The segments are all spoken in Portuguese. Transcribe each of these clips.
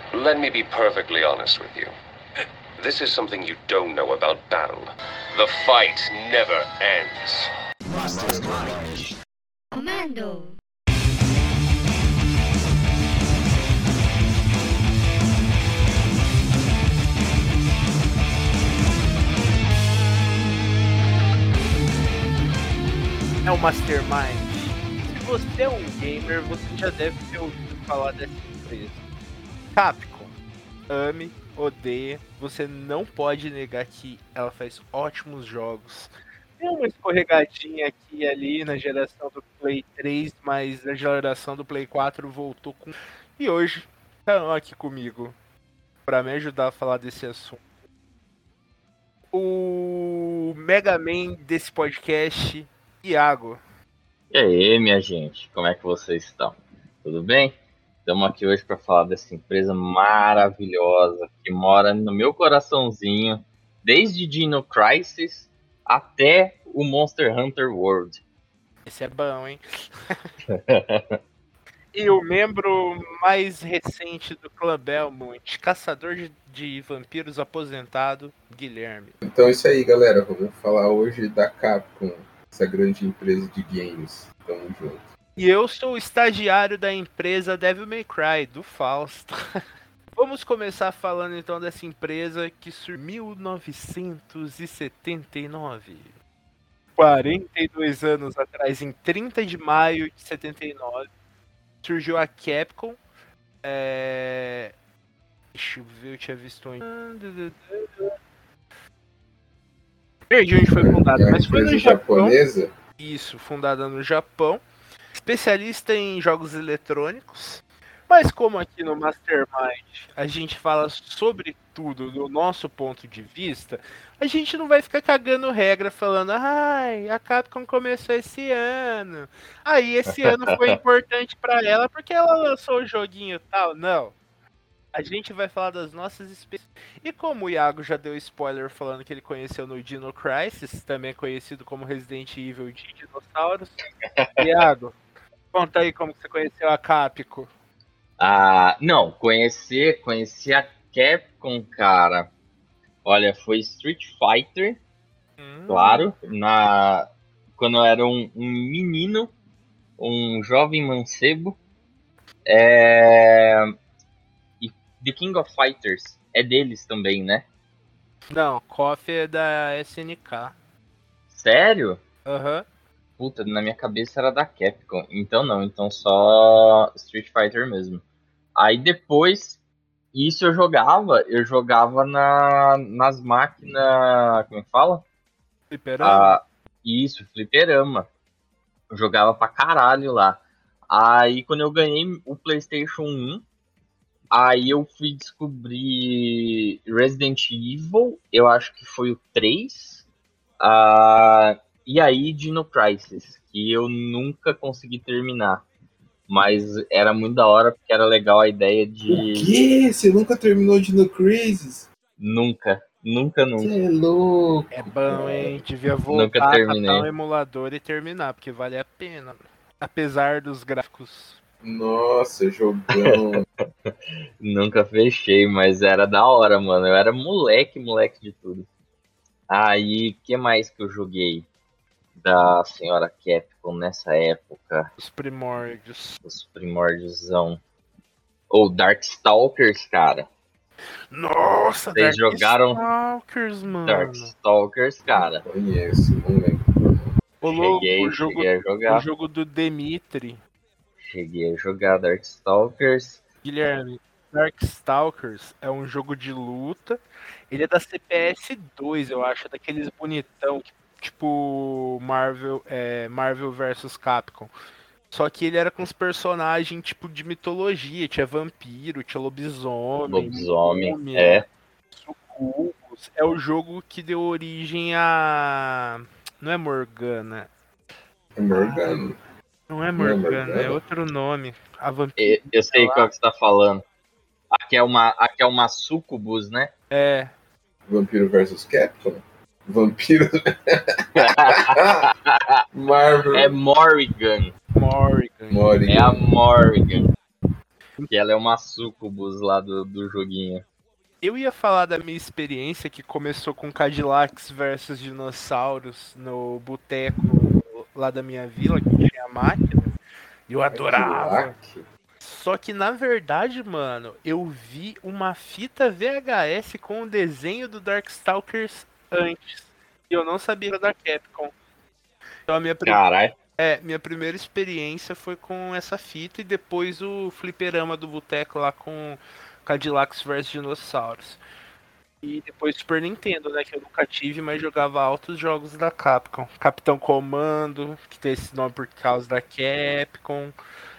Let me be perfectly honest with you. This is something you don't know about battle. The fight never ends. Master's Mind. Commando. É o Mastermind. Se você é um gamer, você já deve ter ouvido falar dessa empresa. Capcom, ame, odeia, você não pode negar que ela faz ótimos jogos. Tem uma escorregadinha aqui e ali na geração do Play 3, mas a geração do Play 4 voltou com... E hoje, estão aqui comigo para me ajudar a falar desse assunto. O Mega Man desse podcast, Iago. E aí, minha gente, como é que vocês estão? Tudo bem? Estamos aqui hoje para falar dessa empresa maravilhosa que mora no meu coraçãozinho, desde Dino Crisis até o Monster Hunter World. Esse é bom, hein? E o membro mais recente do Clã Belmont, caçador de vampiros aposentado, Guilherme. Então é isso aí, galera. Vamos falar hoje da Capcom, essa grande empresa de games. Tamo junto. E eu sou o estagiário da empresa Devil May Cry, do Fausto. Vamos começar falando então dessa empresa que surgiu em 1979. 42 anos atrás, em 30 de maio de 79, surgiu a Capcom. Deixa eu ver, eu tinha visto onde. Perdi onde foi fundada, mas foi no Japão. Japonesa? Isso, fundada no Japão. Especialista em jogos eletrônicos. Mas como aqui no Mastermind a gente fala sobre tudo do nosso ponto de vista, a gente não vai ficar cagando regra falando, ai, a Capcom começou esse ano. Aí esse ano foi importante pra ela porque ela lançou o joguinho tal. Não. A gente vai falar das nossas experiências. E como o Iago já deu spoiler falando que ele conheceu no Dino Crisis, também conhecido como Resident Evil de dinossauros. Iago, conta aí como que você conheceu a Capcom. Não, conheci a Capcom, cara. Olha, foi Street Fighter, claro, quando eu era um menino, um jovem mancebo. E The King of Fighters é deles também, né? Não, KOF é da SNK. Sério? Aham. Puta, na minha cabeça era da Capcom. Então não, então só Street Fighter mesmo. Aí depois, isso eu jogava nas máquinas, como é que fala? Fliperama? Isso, fliperama. Eu jogava pra caralho lá. Aí quando eu ganhei o PlayStation 1, aí eu fui descobrir Resident Evil, eu acho que foi o 3. E aí Dino Crisis, que eu nunca consegui terminar. Mas era muito da hora, porque era legal a ideia de... O quê? Você nunca terminou Dino Crisis? Nunca. Você é louco. É bom, hein? Devia Nunca voltar, terminei. catar um emulador e terminar, porque vale a pena. Apesar dos gráficos. Nossa, jogão. Nunca fechei, mas era da hora, mano. Eu era moleque de tudo. Aí, o que mais que eu joguei da senhora Capcom nessa época? Os primórdios. Os primórdiosão. Ou Darkstalkers, cara. Nossa, Vocês jogaram Darkstalkers, mano. Darkstalkers, cara. Conheço, não lembro. O louco, Cheguei a jogar. o jogo do Dimitri. Cheguei a jogar Darkstalkers. Guilherme, Darkstalkers é um jogo de luta. Ele é da CPS 2, eu acho, daqueles bonitão, tipo Marvel vs Capcom. Só que ele era com os personagens tipo de mitologia, tinha vampiro, tinha lobisomem, múmia, sucubus. É o jogo que deu origem a... Não é Morgana. É Morgana. Não é Morgana, é outro nome. A vampira. Eu sei qual que você tá falando. Aqui é uma sucubus, né? É. Vampiro vs Capcom? Vampiro. Marvel. É Morrigan. Morrigan. Morrigan. É a Morrigan. Que ela é uma sucubus lá do joguinho. Eu ia falar da minha experiência que começou com Cadillacs versus dinossauros no boteco lá da minha vila, que tinha máquina. E eu adorava. Cadillac? Só que na verdade, mano, eu vi uma fita VHS com o desenho do Darkstalkers antes. E eu não sabia que era da Capcom. Então a Caralho. minha primeira experiência foi com essa fita e depois o fliperama do boteco lá com Cadillacs vs Dinossauros. E depois Super Nintendo, né? Que eu nunca tive, mas jogava altos jogos da Capcom. Capitão Comando, que tem esse nome por causa da Capcom.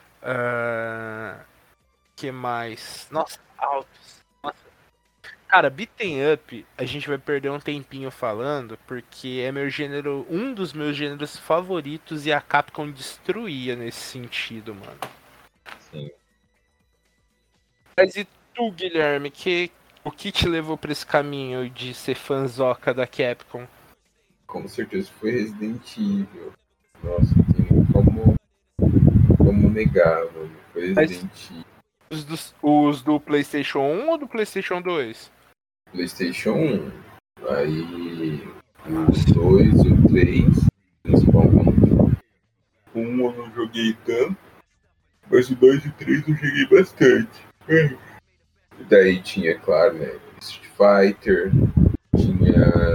Que mais? Nossa, altos. Nossa. Cara, beaten up, a gente vai perder um tempinho falando, porque é meu gênero, um dos meus gêneros favoritos e a Capcom destruía nesse sentido, mano. Sim. Mas e tu, Guilherme, o que te levou pra esse caminho de ser fanzoca da Capcom? Com certeza foi Resident Evil. Nossa, não tem como negar, mano. Foi Mas- Resident Evil. Os do PlayStation 1 ou do PlayStation 2? PlayStation 1. Aí o 2, o 3, principalmente. O 1 eu não joguei tanto, mas o 2 e o 3 eu joguei bastante. E daí tinha, claro, né? Street Fighter, tinha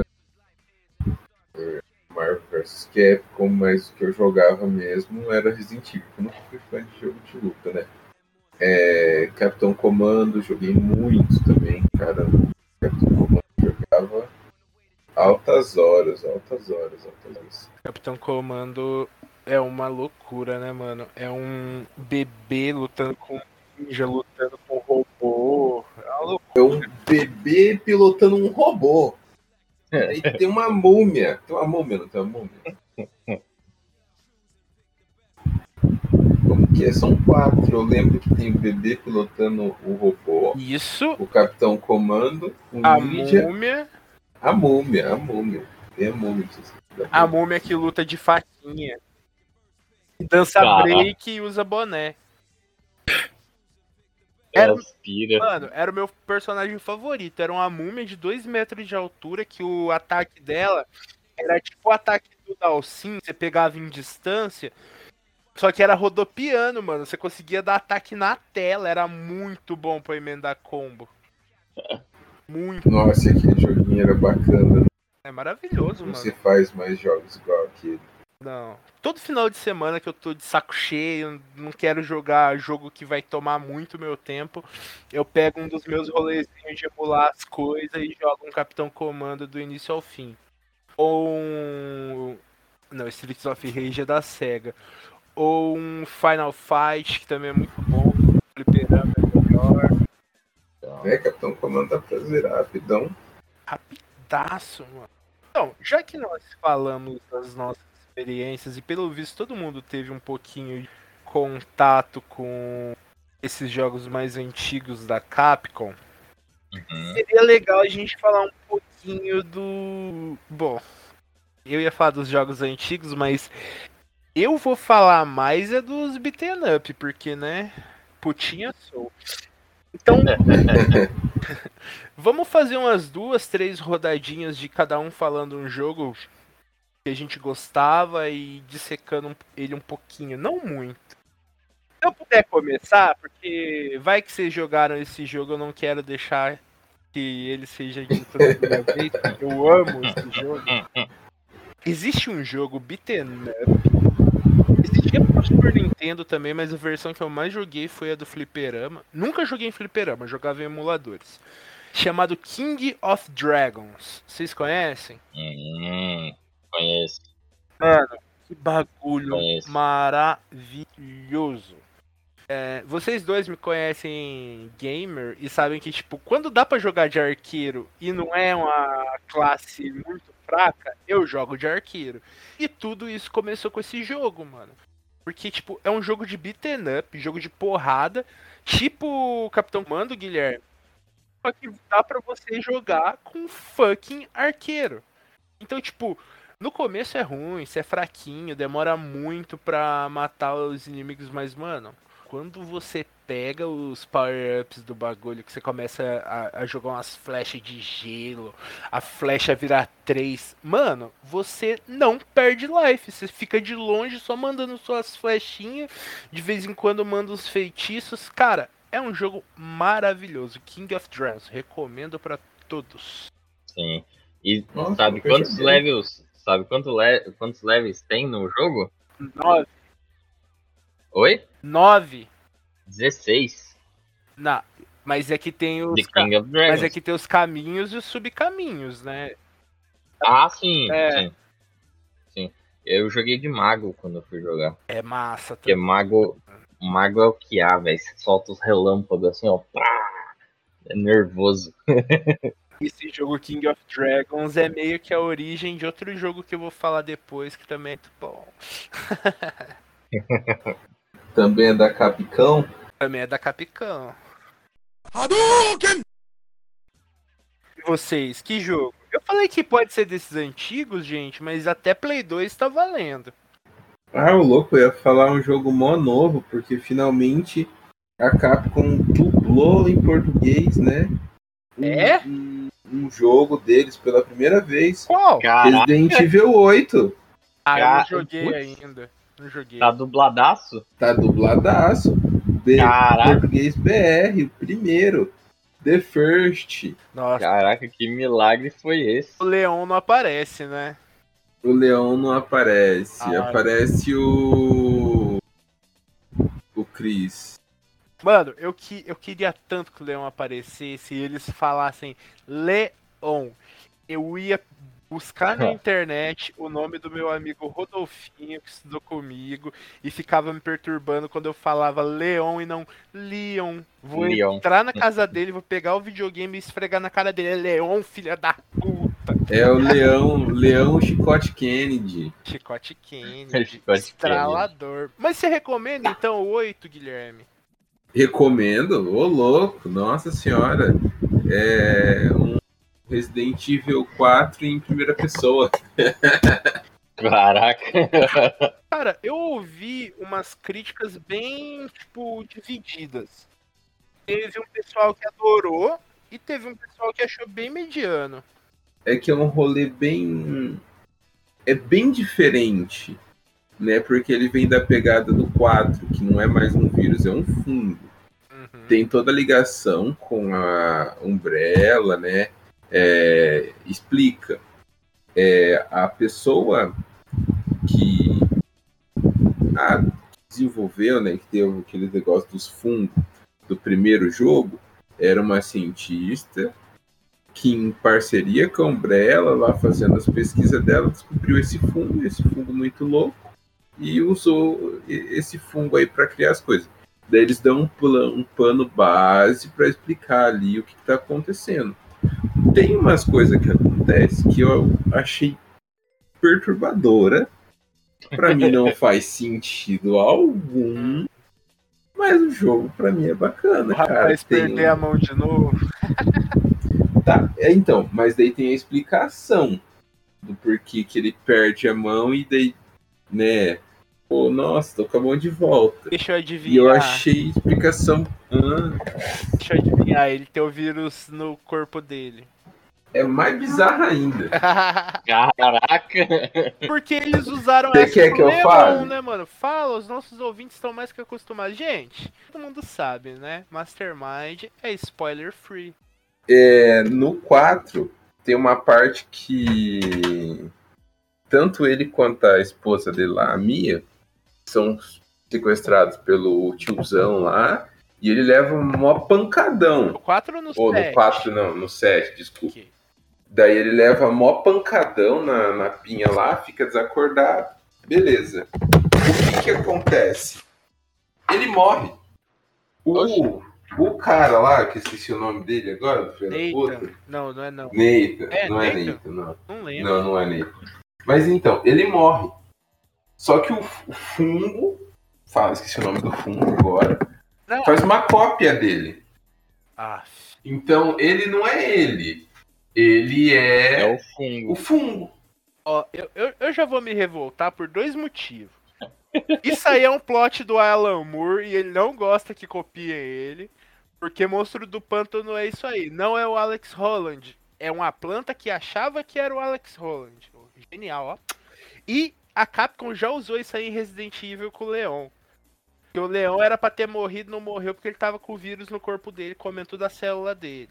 Marvel vs Capcom, mas o que eu jogava mesmo era Resident Evil. Eu nunca fui fã de jogo de luta, né? Capitão Comando, joguei muito também, cara. Capitão Comando jogava altas horas. Capitão Comando é uma loucura, né, mano? É um bebê lutando com ninja, lutando com robô. É uma loucura. É um bebê pilotando um robô. Aí tem uma múmia. Tem uma múmia, não tem uma múmia? Como que é? São 4. Eu lembro que tem o bebê pilotando o robô, Isso, o Capitão Comando, o a ninja, múmia. a múmia. Tem a múmia. A múmia que luta de faquinha. Dança Caraca. break e usa boné. Era, Aspira. mano, era o meu personagem favorito. Era uma múmia de 2 metros de altura que o ataque dela era tipo o ataque do Dalsin, você pegava em distância. Só que era rodopiando, mano. Você conseguia dar ataque na tela. Era muito bom pra emendar combo. Muito. Nossa, aquele joguinho era bacana. É maravilhoso, Não mano. se faz mais jogos igual aquele. Não. Todo final de semana que eu tô de saco cheio, não quero jogar jogo que vai tomar muito meu tempo, eu pego um dos meus rolezinhos de emular as coisas e jogo um Capitão Comando do início ao fim. Ou um... Não, Streets of Rage é da SEGA. Ou um Final Fight, que também é muito bom. Fliperama é melhor. Capitão Comando dá pra zerar rapidão. Rapidaço, mano. Então, já que nós falamos das nossas experiências e pelo visto todo mundo teve um pouquinho de contato com esses jogos mais antigos da Capcom, seria legal a gente falar um pouquinho do... Bom, eu ia falar dos jogos antigos, mas eu vou falar mais é dos beaten up, porque, né, putinha sou. Então, vamos fazer umas 2, 3 rodadinhas de cada um falando um jogo que a gente gostava e dissecando ele um pouquinho, não muito. Se eu puder começar, porque vai que vocês jogaram esse jogo, eu não quero deixar que ele seja dito pela primeira vez. Eu amo esse jogo. Existe um jogo beaten up. Existia pro Super Nintendo também, mas a versão que eu mais joguei foi a do fliperama. Nunca joguei em fliperama, jogava em emuladores. Chamado King of Dragons. Vocês conhecem? Conheço. Mano, que bagulho Conheço. maravilhoso. Vocês dois me conhecem gamer e sabem que, tipo, quando dá pra jogar de arqueiro e não é uma classe muito fraca, eu jogo de arqueiro. E tudo isso começou com esse jogo, mano. Porque, tipo, é um jogo de beaten up, jogo de porrada, tipo Capitão Comando, Guilherme. Só que dá pra você jogar com fucking arqueiro. Então, tipo, no começo é ruim, você é fraquinho, demora muito pra matar os inimigos, mas, mano, quando você pega os power-ups do bagulho, que você começa a jogar umas flechas de gelo, a flecha virar 3. Mano, você não perde life. Você fica de longe só mandando suas flechinhas. De vez em quando manda uns feitiços. Cara, é um jogo maravilhoso. King of Dragons. Recomendo pra todos. Sim. E Nossa, sabe nunca quantos joguei. levels? Sabe quantos levels tem no jogo? 9. Oi? 9. 16. Não, mas é que tem The os. King of Dragons. Mas é que tem os caminhos e os subcaminhos, né? Ah, sim, É. sim. Sim. Eu joguei de mago quando eu fui jogar. É massa Porque também. mago é o que há, velho. Você solta os relâmpagos assim, ó. Pá! É nervoso. Esse jogo King of Dragons é meio que a origem de outro jogo que eu vou falar depois, que também é muito bom. Também é da Capcom. Também é da Capcom. E vocês, que jogo? Eu falei que pode ser desses antigos, gente, mas até Play 2 tá valendo. Ah, o louco, eu ia falar um jogo mó novo, porque finalmente a Capcom dublou em português, né? É? Um jogo deles pela primeira vez. Qual? Caraca, Resident Evil 8. Ah, eu não Cara, joguei putz. ainda. Não joguei. tá dubladaço? Tá dubladaço. Caraca. Português BR, o primeiro. The First. Nossa, Caraca, que milagre foi esse? o Leon não aparece, né? O Leão não aparece. Ah. Aparece o Chris. Mano, eu queria tanto que o Leon aparecesse e eles falassem Leon. Eu ia buscar na internet o nome do meu amigo Rodolfinho, que estudou comigo, e ficava me perturbando quando eu falava Leon e não Leon. Vou Leon. entrar na casa dele, vou pegar o videogame e esfregar na cara dele. É Leon, filha da puta. É o Leão Chicote Kennedy. Chicote Kennedy. Chicote Estralador. Mas você recomenda então o 8, Guilherme? Recomendo, ô louco, nossa senhora. É um Resident Evil 4 em primeira pessoa. Caraca. Cara, eu ouvi umas críticas bem, tipo, divididas. Teve um pessoal que adorou e teve um pessoal que achou bem mediano. É que é um rolê bem. É bem diferente, né? Porque ele vem da pegada do 4, que não é mais um vírus, é um fungo. Uhum. Tem toda a ligação com a Umbrella, né? Explica. A pessoa que desenvolveu, né? Que teve aquele negócio dos fungos do primeiro jogo, era uma cientista que, em parceria com a Umbrella, lá fazendo as pesquisas dela, descobriu esse fungo muito louco, e usou esse fungo aí para criar as coisas. Daí eles dão um pano base para explicar ali o que está acontecendo. Tem umas coisas que acontecem que eu achei perturbadora. Para mim não faz sentido algum, mas o jogo para mim é bacana, O cara. rapaz perder a mão de novo. Tá, então, mas daí tem a explicação do porquê que ele perde a mão e daí, né? Pô, nossa, tô com a mão de volta. Deixa eu E eu adivinhar. achei explicação. Deixa eu adivinhar, ele tem o vírus no corpo dele. É mais bizarra ainda. Caraca. Porque eles usaram Você essa quer do que eu Leon, fale? né, mano? Fala, os nossos ouvintes estão mais que acostumados. Gente, todo mundo sabe, né? Mastermind é spoiler free. No 4, tem uma parte que tanto ele quanto a esposa dele lá, a Mia, são sequestrados pelo tiozão lá, e ele leva um mó pancadão. No 4 ou no 7? Ou no 4 não, no 7, desculpa. Ok. Daí ele leva mó pancadão na pinha lá, fica desacordado. Beleza. O que acontece? Ele morre. O cara lá, que eu esqueci o nome dele agora, do filho da puta. Nathan. Não, não é não. Nathan. É, Não é Nathan? Nathan, não. Não lembro. Não, não é Nathan. Mas então, ele morre. Só que o fungo, esqueci o nome do fungo agora, Não. faz uma cópia dele. Ah, Então, ele não é ele. Ele É é o fungo. o fungo. ó, eu já vou me revoltar por dois motivos. Isso aí é um plot do Alan Moore e ele não gosta que copiem ele, porque Monstro do Pântano é isso aí. Não é o Alex Holland, é uma planta que achava que era o Alex Holland. Genial, ó. E a Capcom já usou isso aí em Resident Evil com o Leon. Que o Leon era pra ter morrido, não morreu porque ele tava com o vírus no corpo dele, comendo toda a célula dele.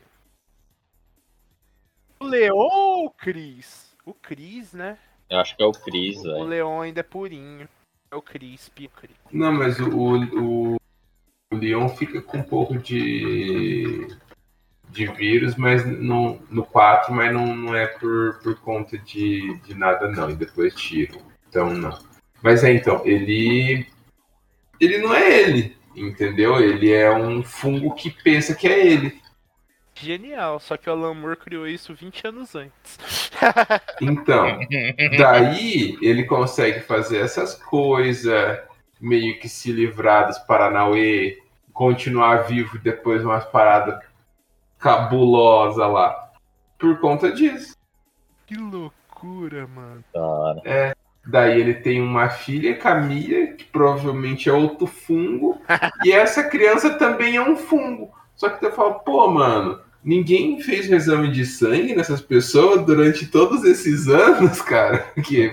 O Leon ou o Chris? O Chris, né? Eu acho que é o Chris, O velho. Leon ainda é purinho. É o Crisp. Não, mas o Leon fica com um pouco de vírus, mas no 4, mas não é por conta de nada não, e depois tiram. Então não. Mas então, ele não é ele, entendeu? Ele é um fungo que pensa que é ele. Genial, só que o Alan Moore criou isso 20 anos antes. Então, daí ele consegue fazer essas coisas, meio que se livrar dos Paranauê, continuar vivo depois umas paradas cabulosas lá. Por conta disso. Que loucura, mano. Cara. Daí ele tem uma filha, Camila, que provavelmente é outro fungo, e essa criança também é um fungo. Só que eu falo, pô, mano, ninguém fez um exame de sangue nessas pessoas durante todos esses anos, cara. Que,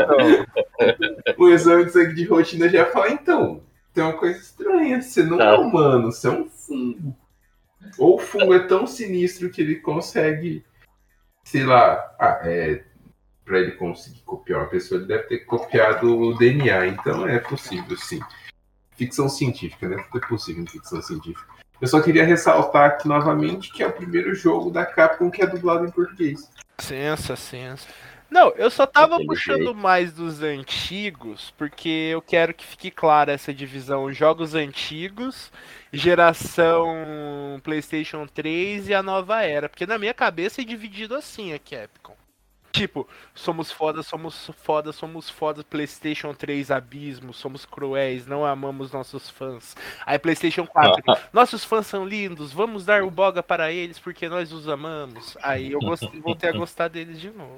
pô, o exame de sangue de rotina já fala, então, tem uma coisa estranha, você não é humano, você é um fungo. Ou o fungo é tão sinistro que ele consegue, sei lá, para ele conseguir copiar uma pessoa, ele deve ter copiado o DNA. Então é possível, sim. Ficção científica, né? Tudo é possível em ficção científica. Eu só queria ressaltar aqui novamente que é o primeiro jogo da Capcom que é dublado em português. Sensa. Não, eu só tava Daquele puxando jeito. mais dos antigos, porque eu quero que fique clara essa divisão. Jogos antigos, geração PlayStation 3 e a nova era. Porque na minha cabeça é dividido assim a Capcom. Tipo, somos foda, PlayStation 3 abismo, somos cruéis, não amamos nossos fãs. Aí PlayStation 4, nossos fãs são lindos, vamos dar o boga para eles porque nós os amamos. Aí eu voltei a gostar deles de novo.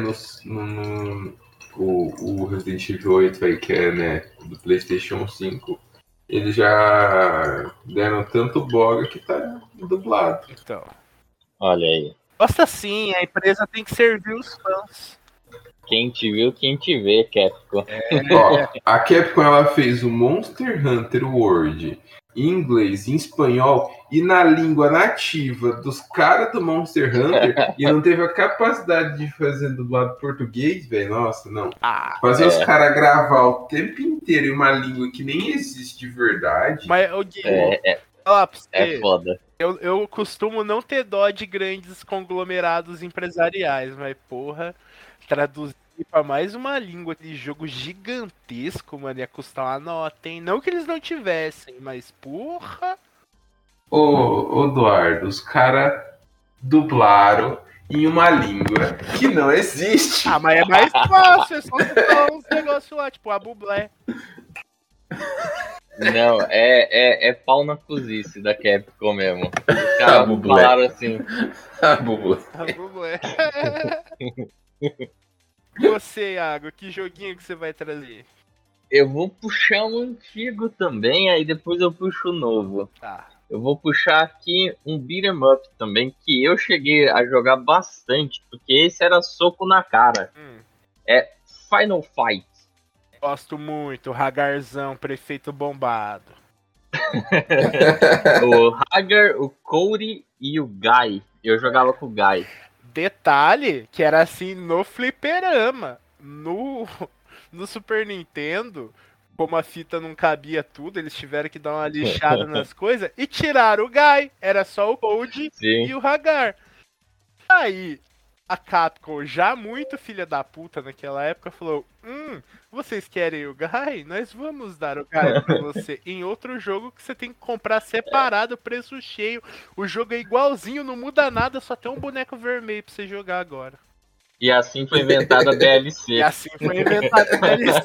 O Resident Evil 8 aí, que é, né, do PlayStation 5, eles já deram tanto boga que tá dublado. Então, Olha aí. gosta sim, a empresa tem que servir os fãs. Quem te viu, quem te vê, Capcom. Ó, a Capcom ela fez o Monster Hunter World em inglês, em espanhol e na língua nativa dos caras do Monster Hunter e não teve a capacidade de fazer dublado português, velho. Nossa, não. Fazer os caras gravar o tempo inteiro em uma língua que nem existe de verdade. Mas, ô Gui, falar pra você, É foda. eu costumo não ter dó de grandes conglomerados empresariais, mas porra, traduzir pra mais uma língua de jogo gigantesco, mano, ia custar uma nota, hein? Não que eles não tivessem, mas porra. Ô Eduardo, os caras dublaram em uma língua que não existe. Ah, mas é mais fácil, é só falar uns negócios lá, tipo a bublé. Não, é pau na cozice da Capcom mesmo. Os caras Bublé. falaram assim. Ah, Bubu. A bublé. E você, Iago, que joguinho que você vai trazer? Eu vou puxar um antigo também, aí depois eu puxo o novo. Tá. Eu vou puxar aqui um beat'em up também, que eu cheguei a jogar bastante, porque esse era soco na cara. É Final Fight. Gosto muito, Hagarzão, prefeito bombado. O Hagar, o Cody e o Guy. Eu jogava com o Guy. Detalhe que era assim no fliperama. No Super Nintendo, como a fita não cabia tudo, eles tiveram que dar uma lixada nas coisas e tiraram o Guy. Era só o Cody e o Hagar. Aí, a Capcom, já muito filha da puta naquela época, falou: vocês querem o Guy? Nós vamos dar o Guy pra você em outro jogo que você tem que comprar separado, preço cheio. O jogo é igualzinho, não muda nada, só tem um boneco vermelho pra você jogar agora. E assim foi inventada a DLC. E assim foi inventada a DLC.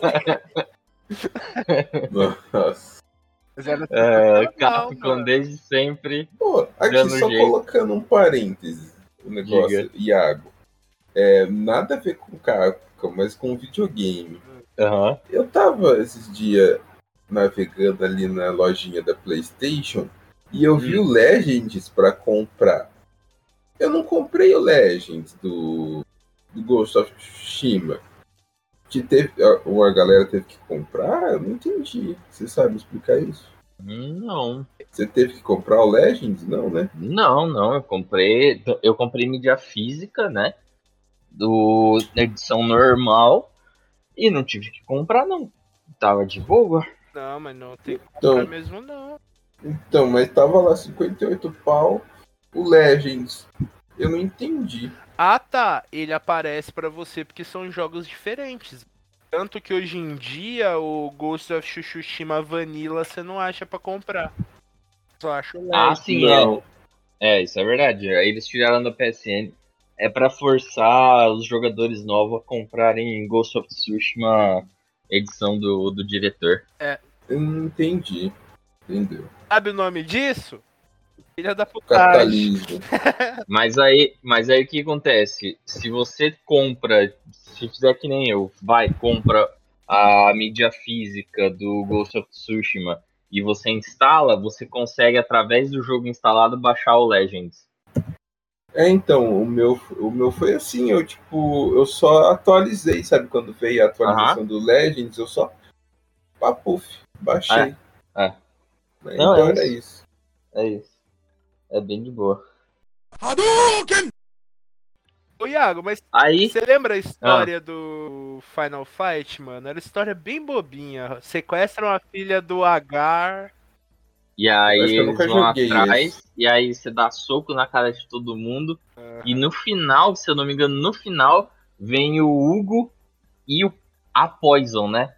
Nossa. Mas era Capcom mano. desde sempre. Pô, aqui Dando só jeito. colocando um parêntese, o negócio, Diga. Iago. Nada a ver com Capcom, mas com videogame. Aham. Eu tava esses dias navegando ali na lojinha da PlayStation e eu vi o Legends pra comprar. Eu não comprei o Legends do Ghost of Tsushima. Que teve, a galera teve que comprar? Eu não entendi. Você sabe me explicar isso? Não. Você teve que comprar o Legends? Não, né? Não, eu comprei mídia física, né? Da edição normal e não tive que comprar, não. Tava de boa. Não, mas não tem que Então, comprar mesmo, não. então, mas tava lá 58 pau o Legends. Eu não entendi. Ah, tá. Ele aparece pra você porque são jogos diferentes. Tanto que hoje em dia o Ghost of Tsushima Vanilla você não acha pra comprar. Só acha o Ah, LED. sim, Não. isso é verdade. Aí eles tiraram da PSN. É pra forçar os jogadores novos a comprarem Ghost of Tsushima edição do diretor. Eu não entendi. Entendeu? Sabe o nome disso? Filha da putagem. Capitalismo. Mas aí o que acontece? Se você compra, se fizer que nem eu, compra a mídia física do Ghost of Tsushima e você instala, você consegue, através do jogo instalado, baixar o Legends. Então, o meu foi assim, eu só atualizei, sabe? Quando veio a atualização do Legends, eu só papuf, baixei. É. Né? Não, Então é era isso. isso. É isso. É bem de boa. Ô Iago, mas Aí, você lembra a história do Final Fight, mano? Era uma história bem bobinha. Sequestram a filha do Agar. e Eu aí acho que eu eles nunca vão joguei atrás, esse. e aí você dá soco na cara de todo mundo. E no final, se eu não me engano, no final, vem o Hugo e a Poison, né?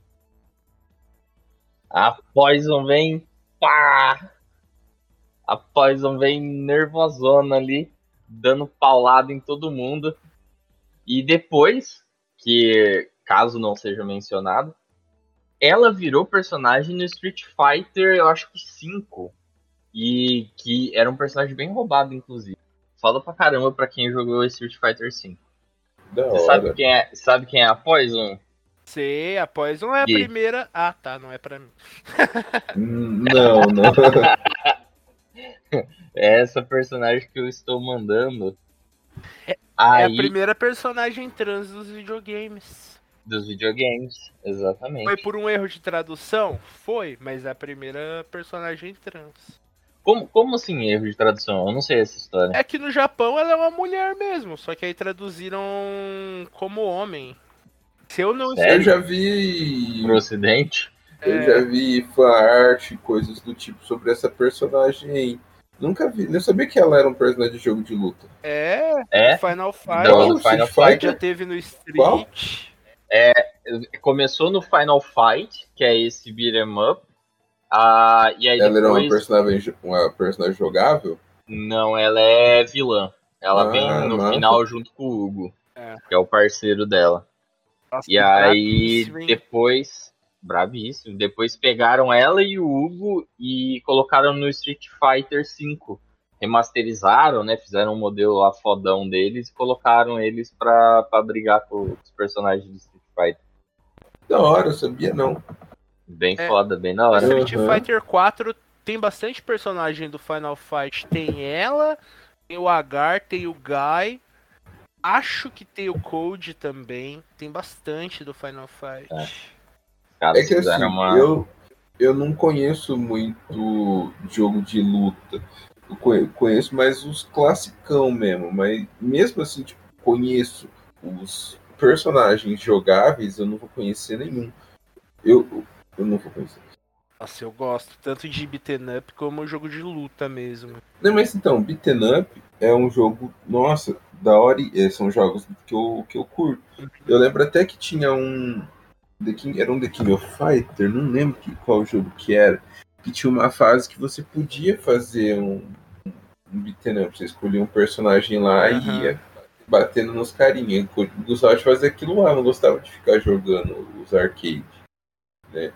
A Poison vem, pá! A Poison vem nervosona ali, dando paulada em todo mundo. E depois, que caso não seja mencionado, ela virou personagem no Street Fighter, eu acho que 5. E que era um personagem bem roubado, inclusive. Foda pra caramba pra quem jogou Street Fighter 5. Da Você sabe hora. quem é a Poison? Sei, a Poison é a Gui. primeira. Ah, tá, não é pra mim. Não, não. É essa personagem que eu estou mandando. É a Aí, primeira personagem trans dos videogames. dos videogames, Foi exatamente. por um erro de tradução? Foi, mas é a primeira personagem trans. Como assim erro de tradução? Eu não sei essa história. É que no Japão ela é uma mulher mesmo, só que aí traduziram como homem. Se eu não Eu Sério? já vi. Pro ocidente? Eu já vi fanart, coisas do tipo sobre essa personagem aí. Nunca vi. Eu sabia que ela era um personagem de jogo de luta. É? Final Fight. Do Street Final Fighter? Fight. Já teve no Qual? Street. Começou no Final Fight, que é esse beat'em up. E aí Ela era depois. uma personagem jogável? Não, ela é vilã. Ela vem no massa. final junto com o Hugo, É. que é o parceiro dela. Nossa, E aí brabíssimo, hein? depois. Bravíssimo. Depois pegaram ela e o Hugo e colocaram no Street Fighter V. Remasterizaram, né? Fizeram um modelo lá fodão deles e colocaram eles pra brigar com os personagens do Street Fighter. Da hora, eu sabia não. Bem É. foda, bem da No hora. Street Uhum. Fighter 4 tem bastante personagem do Final Fight. Tem ela, tem o Agar, tem o Guy. Acho que tem o Code também. Tem bastante do Final Fight. Os caras É que assim, fizeram uma. eu não conheço muito jogo de luta. Eu conheço mais os classicão mesmo, mas mesmo assim, tipo, conheço os personagens jogáveis, eu não vou conhecer nenhum. Eu não vou conhecer. Nossa, eu gosto tanto de beaten up como jogo de luta mesmo. Não, mas então, Beaten Up é um jogo, nossa, da hora. São jogos que eu curto. Eu lembro até que tinha era um The King of Fighter, não lembro qual jogo que era, que tinha uma fase que você podia fazer um beat'em up, você escolhia um personagem lá e ia batendo nos carinha. Eu gostava de fazer aquilo lá, não gostava de ficar jogando os arcades, né?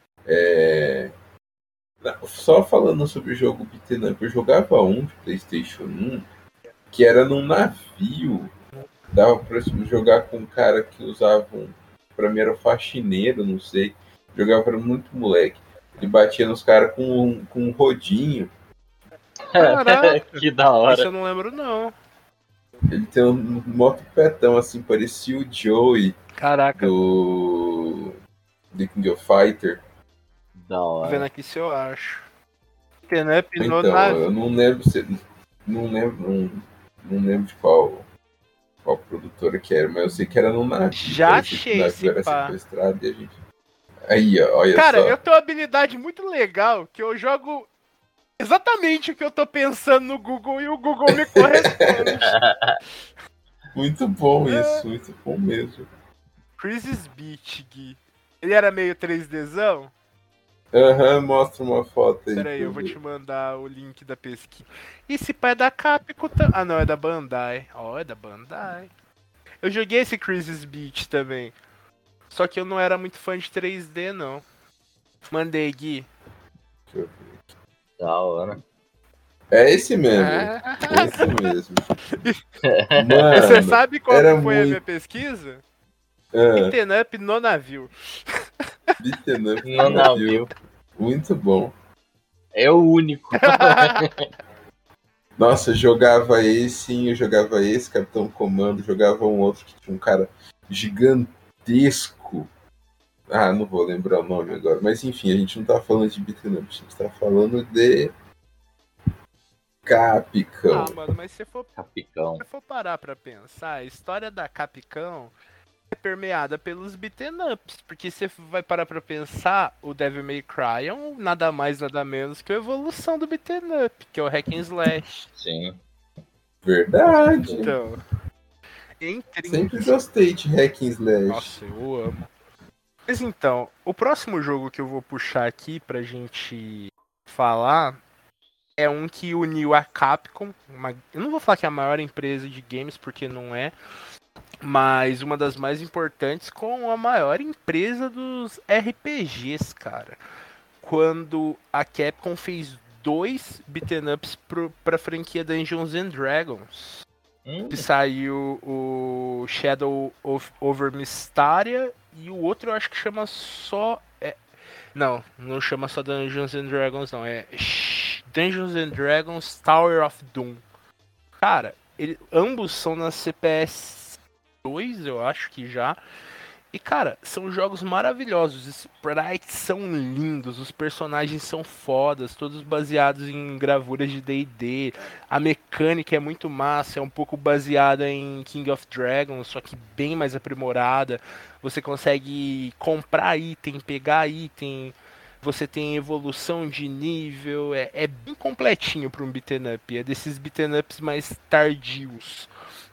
Só falando sobre o jogo beat'em up, eu jogava um de PlayStation 1 que era num navio, dava pra jogar com um cara que usava pra mim era faxineiro, não sei. Jogava era muito moleque. Ele batia nos caras com um rodinho. Caraca. Que da Isso hora. eu não lembro, não. Ele tem um moto petão, assim, parecia o Joey Caraca, do The King of Fighter. Da tô vendo hora. aqui se eu acho. Beaten up no Então, navio. eu não lembro se. Não lembro de qual produtora que era, mas eu sei que era no navio. Já Parecia que achei o esse navio era pá. sequestrado e a gente. Aí, ó, olha Cara, só. eu tenho uma habilidade muito legal que eu jogo exatamente o que eu tô pensando no Google e o Google me corresponde. Muito bom isso, muito bom mesmo. Crisis Beach, Gui. Ele era meio 3Dzão? Aham, mostra uma foto aí. Pera aí, pra eu vou ver. te mandar o link da pesquisa. Esse pai é da Capcom. Ah, não, é da Bandai. Ó, é da Bandai. Eu joguei esse Crisis Beach também. Só que eu não era muito fã de 3D, não. Mandei, Gui. Deixa eu ver. Da hora. É esse mesmo. Ah. É esse mesmo. Você Mano, sabe qual era que foi a muito. minha pesquisa? Ah, Beaten up no navio. beaten up No navio. Muito bom. É o único. Nossa, eu jogava esse, Capitão Comando, jogava um outro que tinha um cara gigantesco. Ah, não vou lembrar o nome agora. Mas enfim, a gente não tá falando de beaten up, a gente tá falando de Capcom. Ah, mano, mas se Capicão. for parar pra pensar, a história da Capcom é permeada pelos beaten ups. Porque se vai parar pra pensar, o Devil May Cry é nada mais, nada menos que a evolução do beaten up, que é o hack and slash. Sim. Verdade. Então, entre... Sempre gostei de hack and slash. Nossa, eu amo. Mas então, o próximo jogo que eu vou puxar aqui pra gente falar é um que uniu a Capcom, eu não vou falar que é a maior empresa de games, porque não é, mas uma das mais importantes com a maior empresa dos RPGs, cara. Quando a Capcom fez 2 beaten ups pra franquia Dungeons and Dragons. Que saiu o Shadow Over Mystaria e o outro eu acho que chama só... Não chama só Dungeons and Dragons não, é Dungeons and Dragons Tower of Doom. Cara, ambos são na CPS 2, eu acho que já. E cara, são jogos maravilhosos, os sprites são lindos, os personagens são fodas, todos baseados em gravuras de D&D. A mecânica é muito massa, é um pouco baseada em King of Dragons, só que bem mais aprimorada. Você consegue comprar item, pegar item, você tem evolução de nível, é bem completinho para um beaten up, é desses beaten ups mais tardios.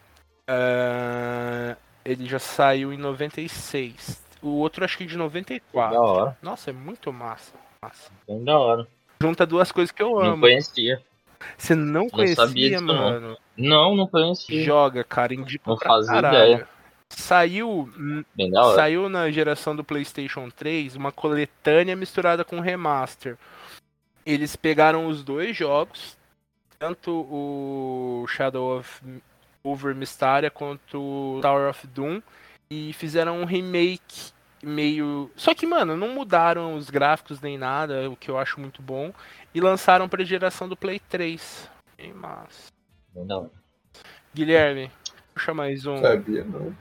Ele já saiu em 96. O outro acho que de 94. Da hora. Nossa, é muito massa. Bem da hora. Junta duas coisas que eu Não amo. conhecia. Você não conhecia, sabia disso, não. mano? Não conhecia. Joga, cara, indico Não pra fazia caralho. ideia. Bem da hora. Saiu na geração do PlayStation 3 uma coletânea misturada com remaster. Eles pegaram os dois jogos, tanto o Shadow Over Mystaria quanto o Tower of Doom, e fizeram um remake meio... Só que, mano, não mudaram os gráficos nem nada, o que eu acho muito bom, e lançaram pra geração do Play 3. Bem massa. Bem da hora. Guilherme, puxa mais um. Sabia não.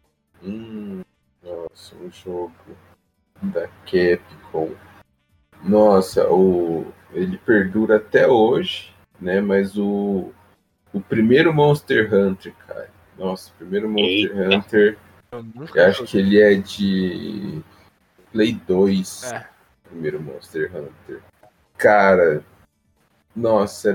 Nossa, um jogo da Capcom. Nossa, ele perdura até hoje, né? Mas o primeiro Monster Hunter, cara. Nossa, o primeiro Monster Eita. Hunter, Eu nunca eu acho que ele é de Play 2. É. Primeiro Monster Hunter. Cara, nossa,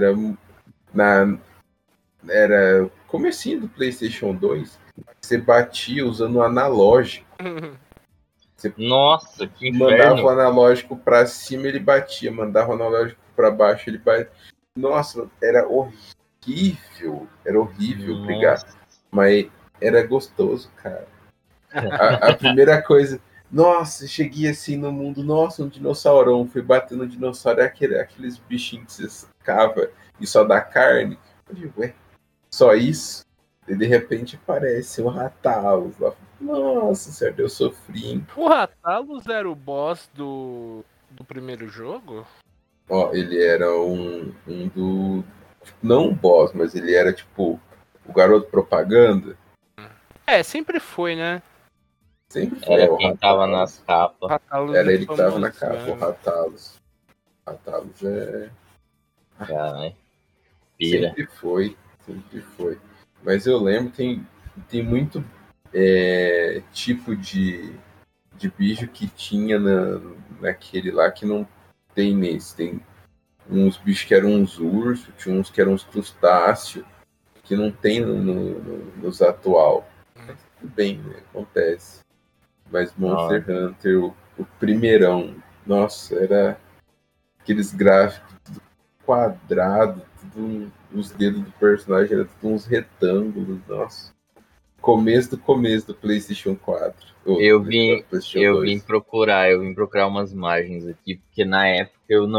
era comecinho do PlayStation 2. Você batia usando o analógico. Nossa, que Mandava o inferno. analógico pra cima, ele batia. Mandava o analógico pra baixo, ele batia. Nossa, era horrível. Era horrível Nossa. pegar. Mas era gostoso, cara. A primeira coisa... Nossa, cheguei assim no mundo. Nossa, um dinossaurão. Fui batendo no dinossauro. Aqueles bichinhos que você cava e só dá carne. Eu digo, ué, só isso? E de repente aparece um Rathalos lá Nossa, certo, eu sofri, hein? O Rathalos era o boss do primeiro jogo? Ó, ele era um do. Tipo, não um boss, mas ele era tipo o garoto propaganda. É, sempre foi, né? Sempre foi Era o quem tava Ratalos. nas O capas. Rathalos Era é ele que tava na famosão. capa, o Ratalos. Ratalos é. Caralho. Pira. Sempre foi, sempre foi. Mas eu lembro, tem muito tipo de bicho que tinha naquele lá que não tem nesse. Tem uns bichos que eram uns ursos, tinha uns que eram uns crustáceos, que não tem nos atual. Mas tudo bem, né? Acontece. Mas Monster Hunter, o primeirão, nossa, era aqueles gráficos tudo quadrado, tudo, os dedos do personagem eram tudo uns retângulos, nossa. Começo do PlayStation 4. Ou Eu do vim, PlayStation eu 2. vim procurar umas imagens aqui, porque na época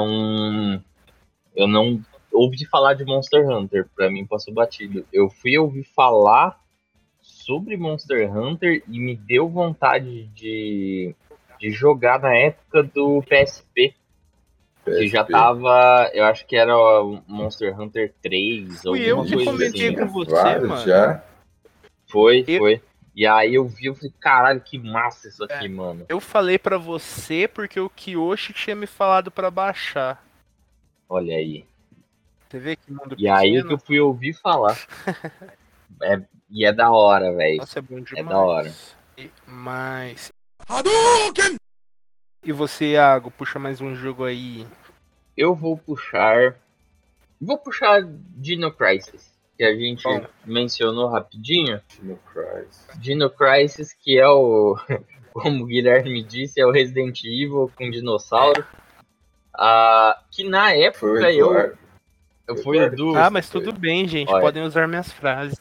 eu não ouvi falar de Monster Hunter, pra mim passou batido. Eu fui ouvir falar sobre Monster Hunter e me deu vontade de jogar na época do PSP, que já PSP. tava, eu acho que era o Monster Hunter 3, Fui eu alguma que coisa Já comentei assim. tinha com você, vários mano. já. Foi, Eu- foi. E aí eu falei, caralho, que massa isso aqui, mano. Eu falei pra você porque o Kiyoshi tinha me falado pra baixar. Olha aí. Você vê que mundo E aí que eu pequeno? fui ouvir falar. E é da hora, velho. Nossa, é bom demais. É da hora. Mas. E você, Iago, puxa mais um jogo aí. Eu vou puxar Dino Crisis, que a gente Bom. mencionou rapidinho. Dino Crisis. Dino Crisis, que é o, como o Guilherme disse, é o Resident Evil com dinossauro. Que na Foi o época Eduardo. eu fui o Edu. Ah, mas tudo bem, gente. Olha. Podem usar minhas frases.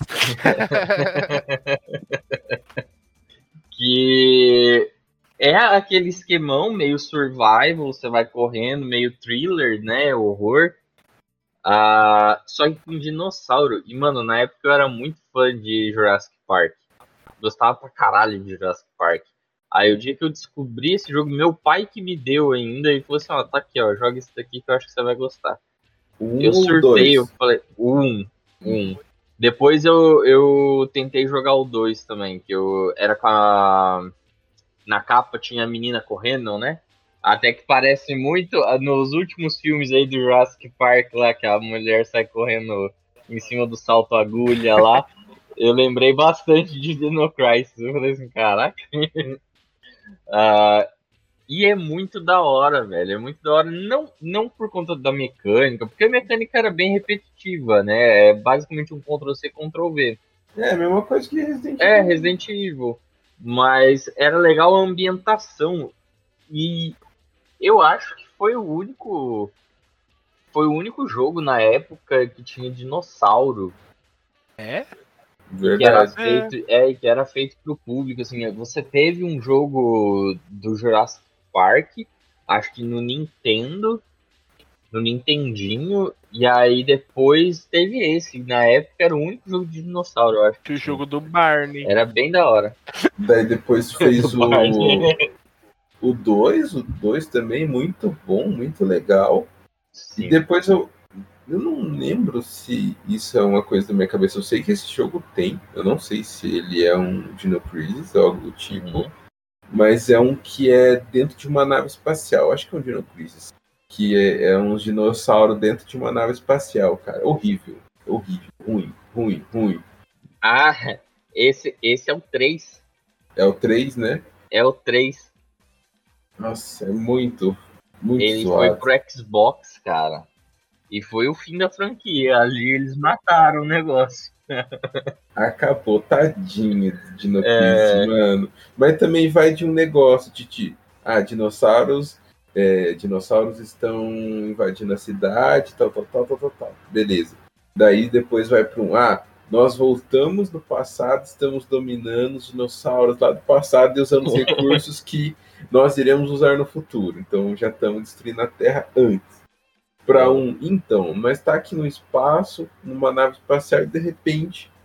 Que é aquele esquemão meio survival, você vai correndo, meio thriller, né? Horror. Só que com dinossauro. E, mano, na época eu era muito fã de Jurassic Park. Gostava pra caralho de Jurassic Park. Aí o dia que eu descobri esse jogo, meu pai que me deu ainda, e falou assim, ó, tá aqui, ó, joga isso daqui que eu acho que você vai gostar. Eu Ou surtei, eu dois. falei, um. Depois eu tentei jogar o 2 também, que eu era com a... Na capa tinha a menina correndo, né? Até que parece muito nos últimos filmes aí do Jurassic Park lá, que a mulher sai correndo em cima do salto agulha lá. Eu lembrei bastante de Dino Crisis. Eu falei assim, caraca. E é muito da hora, velho. É muito da hora. Não por conta da mecânica, porque a mecânica era bem repetitiva, né? É basicamente um Ctrl-C, Ctrl-V. É a mesma coisa que Resident É, Evil. Resident Evil. Mas era legal a ambientação. E eu acho que foi o único jogo na época que tinha dinossauro. É? Que era Verdade. feito, que era feito pro público, assim, você teve um jogo do Jurassic Park, acho que no Nintendinho, e aí depois teve esse, na época era o único jogo de dinossauro, eu acho que O tinha. jogo do Barney. Era bem da hora. Daí depois fez Do Barney. o 2 também, muito bom, muito legal. Sim. E depois eu não lembro se isso é uma coisa da minha cabeça. Eu sei que esse jogo tem. Eu não sei se ele é um Dino Crisis ou algo do tipo. Uhum. Mas é um que é dentro de uma nave espacial. Acho que é um Dino Crisis. Que é um dinossauro dentro de uma nave espacial, cara. Horrível. Horrível. Ruim. Esse é o 3. É o 3, né? É o 3. Nossa, é muito Ele foi zoado. pro Xbox, cara. E foi o fim da franquia. Ali eles mataram o negócio. Acabou, tadinho de Dino Crisis, mano. Mas também vai de um negócio, Titi. Dinossauros estão invadindo a cidade, tal. Beleza. Daí depois vai para nós voltamos no passado, estamos dominando os dinossauros lá do passado e usando os recursos que nós iremos usar no futuro. Então já estamos destruindo a Terra antes. Então, mas está aqui no espaço, numa nave espacial, e de repente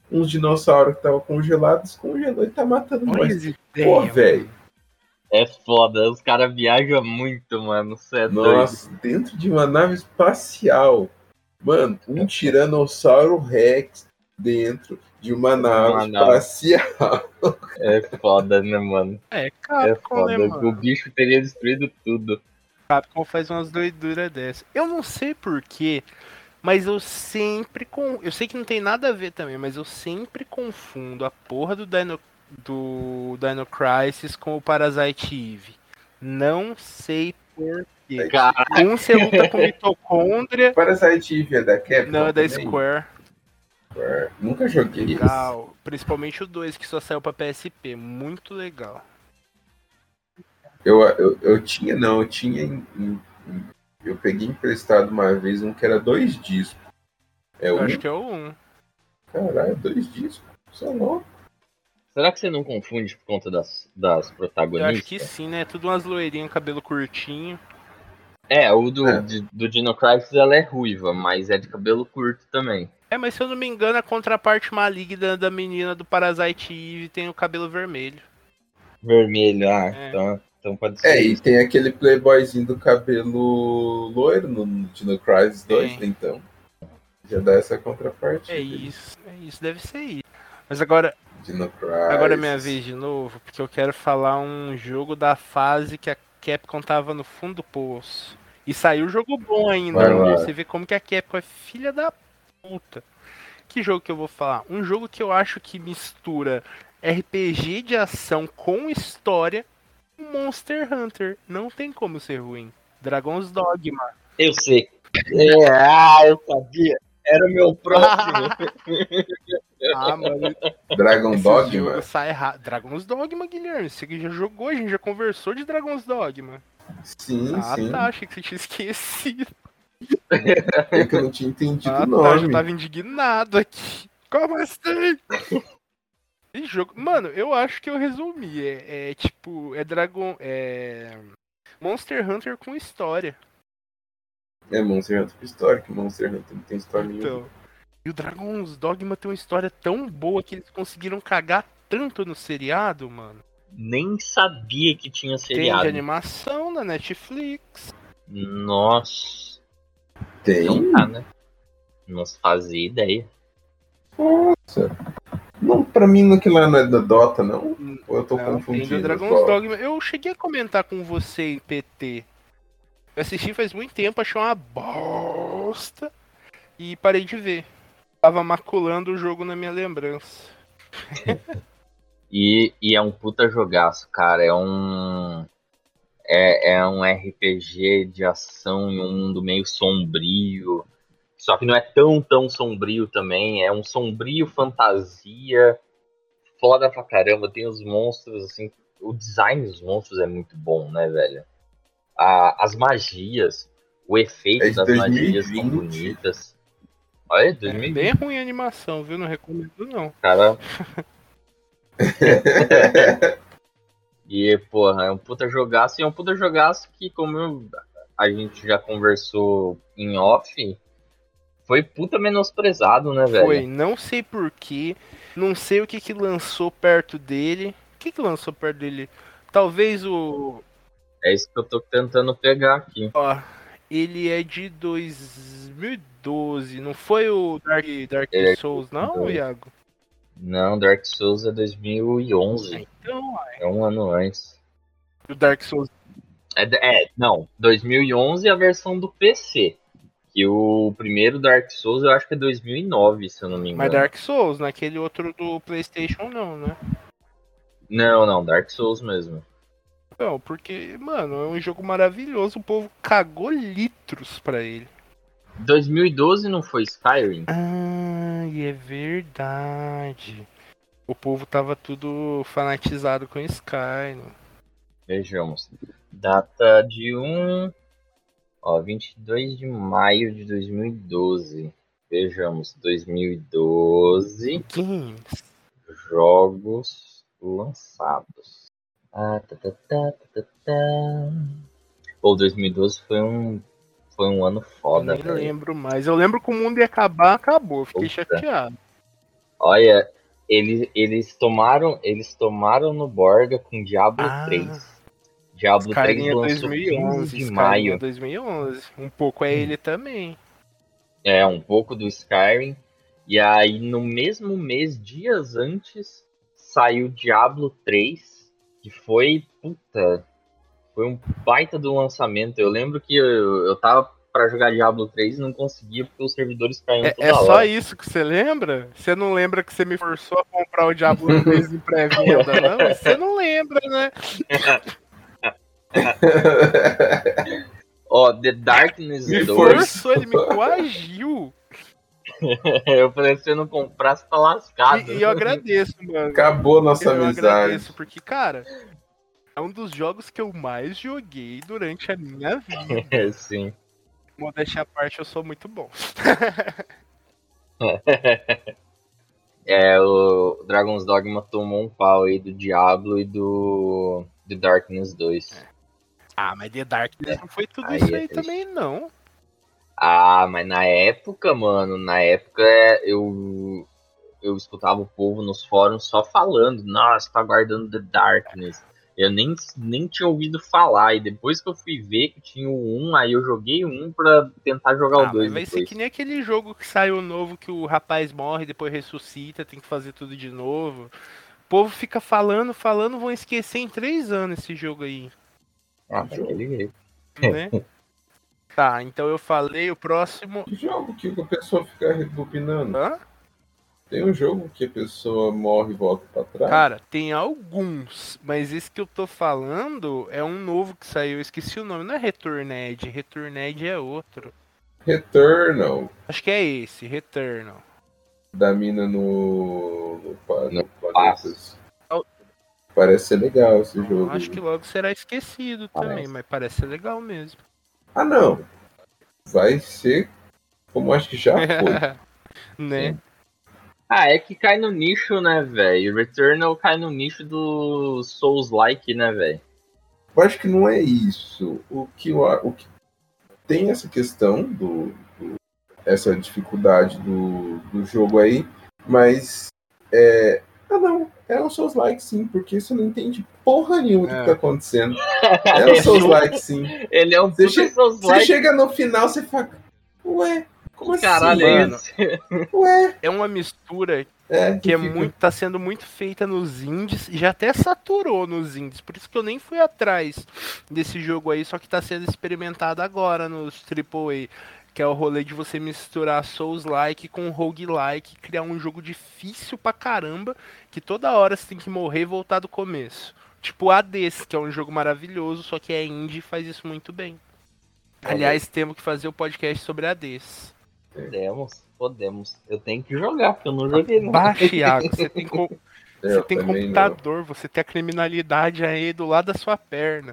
uns dinossauros que estavam congelados, descongelou e tá matando Olha nós. as Pô, ideias, velho. mano. É foda, os caras viajam muito, mano. Cê é Nossa, dentro de uma nave espacial. Mano, um Tiranossauro Rex dentro de uma nave espacial. É foda, né, mano? É É Capcom, né, foda. mano? O bicho teria destruído tudo. Capcom faz umas doiduras dessas. Eu não sei porquê, mas eu sempre. Eu sei que não tem nada a ver também, mas eu sempre confundo a porra do Dino Crisis com o Parasite Eve. Não sei porquê. Cara, Um você luta com mitocôndria, Parasite Eve é da Capcom não é da também? Square. Nunca joguei esse. Legal. Principalmente o 2 que só saiu pra PSP. Muito legal. Eu tinha, não, eu tinha eu peguei emprestado uma vez um que era 2 discos. É Eu um? acho que é o 1. Caralho, 2 discos. Só não. será que você não confunde por conta das Eu acho protagonistas? que sim, né? Tudo umas loirinhas, cabelo curtinho. É, o do, É. do Dino Crisis ela é ruiva, mas é de cabelo curto também. É, mas se eu não me engano, a contraparte maligna da menina do Parasite Eve tem o cabelo vermelho. Vermelho, É. então pode ser É, e isso. tem aquele playboyzinho do cabelo loiro no Dino Crisis 2, Tem. né, então. Já dá essa contraparte. É isso, deve ser isso. Mas agora Dino é minha Crisis. vez de novo, porque eu quero falar um jogo da fase que a Capcom tava no fundo do poço. E saiu jogo bom ainda, Vai viu? lá. Você vê como que a Capcom é filha da puta. Que jogo que eu vou falar? Um jogo que eu acho que mistura RPG de ação com história. Monster Hunter. Não tem como ser ruim. Dragon's Dogma. Eu sei. Eu sabia. Era o meu próximo. Ah, mano, Dragon esse Dogma? jogo sai errado. Dragon's Dogma, Guilherme. Você já jogou, a gente já conversou de Dragon's Dogma. Sim, sim. Tá, achei que você tinha esquecido. É que eu não tinha entendido o Tá, nome. já tava indignado aqui. Como assim? Esse jogo. Mano, eu acho que eu resumi. É Monster Hunter com história. É Monster Hunter Histórico. Monster Hunter não tem história nenhuma. Então. E o Dragon's Dogma tem uma história tão boa que eles conseguiram cagar tanto no seriado, mano. Nem sabia que tinha Tem de seriado. animação na Netflix. Nossa. Tem? Então tá, né? Não fazia ideia. Nossa. Não, pra mim aquilo lá não é da Dota, não? Ou eu tô Não, tem confundindo? do Dragon's qual? Dogma. Eu cheguei a comentar com você em PT. Eu assisti faz muito tempo, achei uma bosta. E parei de ver. Tava maculando o jogo na minha lembrança. E é um puta jogaço, cara. É um RPG de ação em um mundo meio sombrio. Só que não é tão sombrio também. É um sombrio fantasia. Foda pra caramba. Tem os monstros, assim. O design dos monstros é muito bom, né, velho? As magias. O efeito É de das magias 2020. são bonitas. Olha, É 2020, bem ruim a animação, viu? Não recomendo, não. cara. E, porra, é um puta jogaço. E é um puta jogaço que, como a gente já conversou em off, foi puta menosprezado, né, velho? Foi, não sei porquê. Não sei o que lançou perto dele. O que lançou perto dele? Talvez o. É isso que eu tô tentando pegar aqui. Ó, ele é de 2012. Não foi o Dark Ele é de Souls, não, 2012. Iago? Não, Dark Souls é 2011. Então, É um ano antes. o Dark Souls. Não. 2011 é a versão do PC. Que o primeiro Dark Souls eu acho que é 2009, se eu não me engano. Mas Dark Souls, naquele outro do PlayStation, não, né? Não, Dark Souls mesmo. Não, porque, mano, é um jogo maravilhoso. O povo cagou litros pra ele. 2012 não foi Skyrim? Ah, e é verdade. O povo tava tudo fanatizado com Skyrim. Vejamos. Data de 22 de maio de 2012. Vejamos, 2012, Games. jogos lançados. Pô, 2012 foi um ano Eu foda, nem velho. lembro mais. Eu lembro que o mundo ia acabar, acabou. Fiquei Puta. chateado. Olha, eles tomaram no Borga com Diablo Ah, 3. Diablo 3 Skyrim é lançou 15 2011, de Skyrim é maio. 2011. Um pouco é ele também. É, um pouco do Skyrim. E aí, no mesmo mês, dias antes, saiu Diablo 3, que foi, puta, foi um baita do lançamento. Eu lembro que eu tava pra jogar Diablo 3 e não conseguia porque os servidores caíam É toda só hora. isso que você lembra? Você não lembra que você me forçou a comprar o Diablo 3 em pré-venda, não? Isso você não lembra, né? Ó, The Darkness Me 2, forçou, ele me coagiu. eu falei, se eu não comprar, você tá lascado. E eu agradeço, mano. Acabou nossa Eu agradeço, amizade. porque, cara, é um dos jogos que eu mais joguei durante a minha vida. Sim. Modéstia à parte, eu sou muito bom. É, o Dragon's Dogma tomou um pau aí do Diablo e do The Darkness 2. Ah, mas The Darkness não foi tudo Aí isso é aí triste. também, não. Ah, mas na época, mano, eu escutava o povo nos fóruns só falando, nossa, tá guardando The Darkness. Eu nem tinha ouvido falar, e depois que eu fui ver que tinha o 1, aí eu joguei o 1 pra tentar jogar o Ah, mas 2 vai ser que depois. nem aquele jogo que saiu novo que o rapaz morre, depois ressuscita, tem que fazer tudo de novo. O povo fica falando, falando, vão esquecer em 3 anos esse jogo aí, Ah, daquele jeito. né? Tá, então eu falei o próximo. Que jogo que a pessoa fica rebobinando? Hã? Tem um jogo que a pessoa morre e volta pra trás? Cara, tem alguns, mas esse que eu tô falando é um novo que saiu, eu esqueci o nome, não é Returned, Returned é outro. Returnal, Acho que é esse, Returnal. da mina no No planetas. Parece ser legal esse jogo. Acho que logo será esquecido também, Parece. mas parece ser legal mesmo. Ah, não. Vai ser como acho que já foi. Né? Sim. Ah, é que cai no nicho, né, velho? Returnal cai no nicho do Souls-like, né, velho? Eu acho que não é isso. O que tem essa questão essa dificuldade do jogo aí, mas não, é um Souls-like sim, porque você não entende porra nenhuma do que tá acontecendo. É um Souls-like sim. Ele é um Você, puta você Souls-like. chega no final, você fala, ué, como assim? Caralho, Mano, é isso? Ué, é uma mistura que você é fica, muito, tá sendo muito feita nos indies e já até saturou nos indies. Por isso que eu nem fui atrás desse jogo aí, só que tá sendo experimentado agora nos AAA, que é o rolê de você misturar Souls-like com roguelike, criar um jogo difícil pra caramba, que toda hora você tem que morrer e voltar do começo. Tipo Hades, que é um jogo maravilhoso, só que é indie e faz isso muito bem. Aliás, temos que fazer o podcast sobre Hades. Podemos. Eu tenho que jogar, porque eu não joguei não. Baixe, Iago. Você tem, você eu tem também computador, você tem a criminalidade aí do lado da sua perna.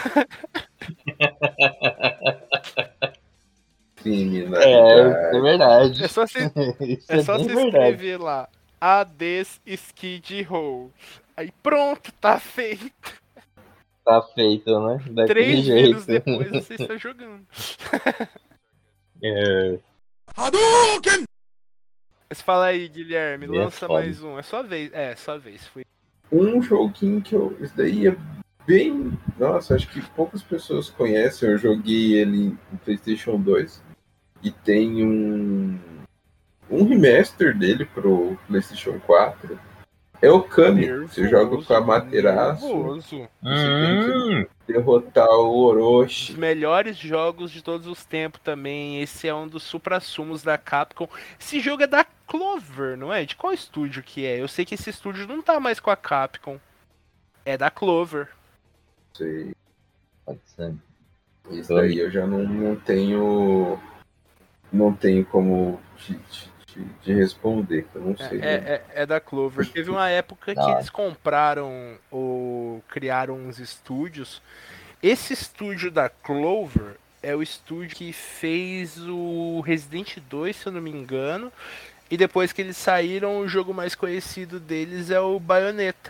criminalidade. verdade. É só você, Isso é é só bem você verdade. escrever lá Hades Skid Row. Aí pronto, tá feito. Tá feito, né? Daquele 3 jeito. vídeos depois você está jogando. É, Mas fala aí, Guilherme, É lança foda. mais um. É sua vez. É, sua vez. Fui. Um joguinho que eu. Isso daí é bem. Nossa, acho que poucas pessoas conhecem. Eu joguei ele no PlayStation 2 e tem um remaster dele pro PlayStation 4. É o Kami. Você joga com a Materaço. nervoso. Você tem que derrotar o Os Orochi. melhores jogos de todos os tempos também. Esse é um dos suprassumos da Capcom. Esse jogo é da Clover, não é? De qual estúdio que é? Eu sei que esse estúdio não tá mais com a Capcom. É da Clover. Sei. Pode ser. Isso daí eu já não tenho. Não tenho como te responder, eu não sei. Né? É da Clover. Teve uma época que eles compraram ou criaram uns estúdios. Esse estúdio da Clover é o estúdio que fez o Resident 2, se eu não me engano. E depois que eles saíram, o jogo mais conhecido deles é o Bayonetta.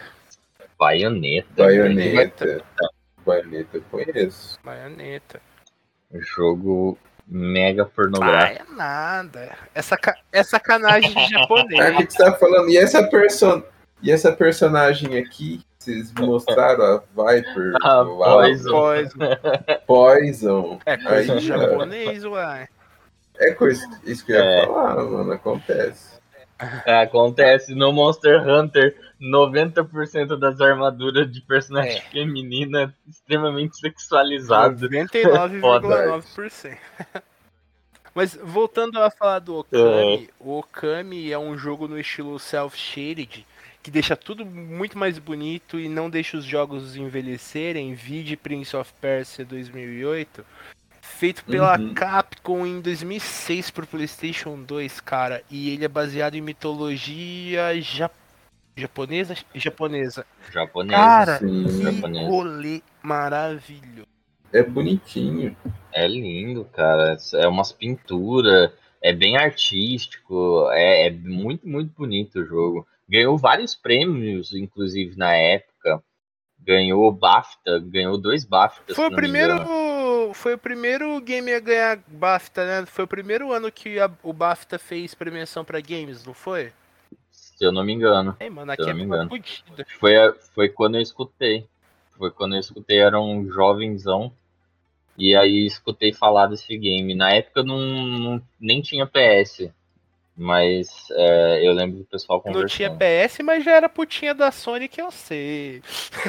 Bayonetta eu conheço. Bayonetta. Jogo Mega Ah, pornográfico. é nada. É sacanagem de Ah, o japonês. que você tá falando? E essa personagem aqui, vocês mostraram a Viper Ah, lá? Poison. Poison. É coisa de Aí, ó, japonês, uai. é coisa, isso que eu ia É. falar, mano, acontece. Acontece no Monster Hunter, 90% das armaduras de personagem É. feminina é extremamente sexualizado. 99,9%. Mas voltando a falar do Okami, o Okami é um jogo no estilo self-shaded, que deixa tudo muito mais bonito e não deixa os jogos envelhecerem. Vide Prince of Persia 2008, feito pela Uhum. Capcom em 2006 pro PlayStation 2, cara. E ele é baseado em mitologia japonesa. Japonesa. Cara, Sim, que japonesa. rolê maravilhoso. é bonitinho. É lindo, cara. É umas pinturas, é bem artístico, é muito, muito bonito o jogo. Ganhou vários prêmios, inclusive, na época. Ganhou BAFTA, ganhou 2 BAFTAs, Foi se o não me primeiro, engano. foi o primeiro game a ganhar BAFTA, né? Foi o primeiro ano que o BAFTA fez premiação pra games, não foi? Se eu não me engano. Ei, mano, Se eu aqui é não me engano. fodida. Foi quando eu escutei. Foi quando eu escutei, era um jovenzão. E aí escutei falar desse game. Na época nem tinha PS. Mas eu lembro do pessoal Não tinha conversando. PS, mas já era putinha da Sony que eu sei.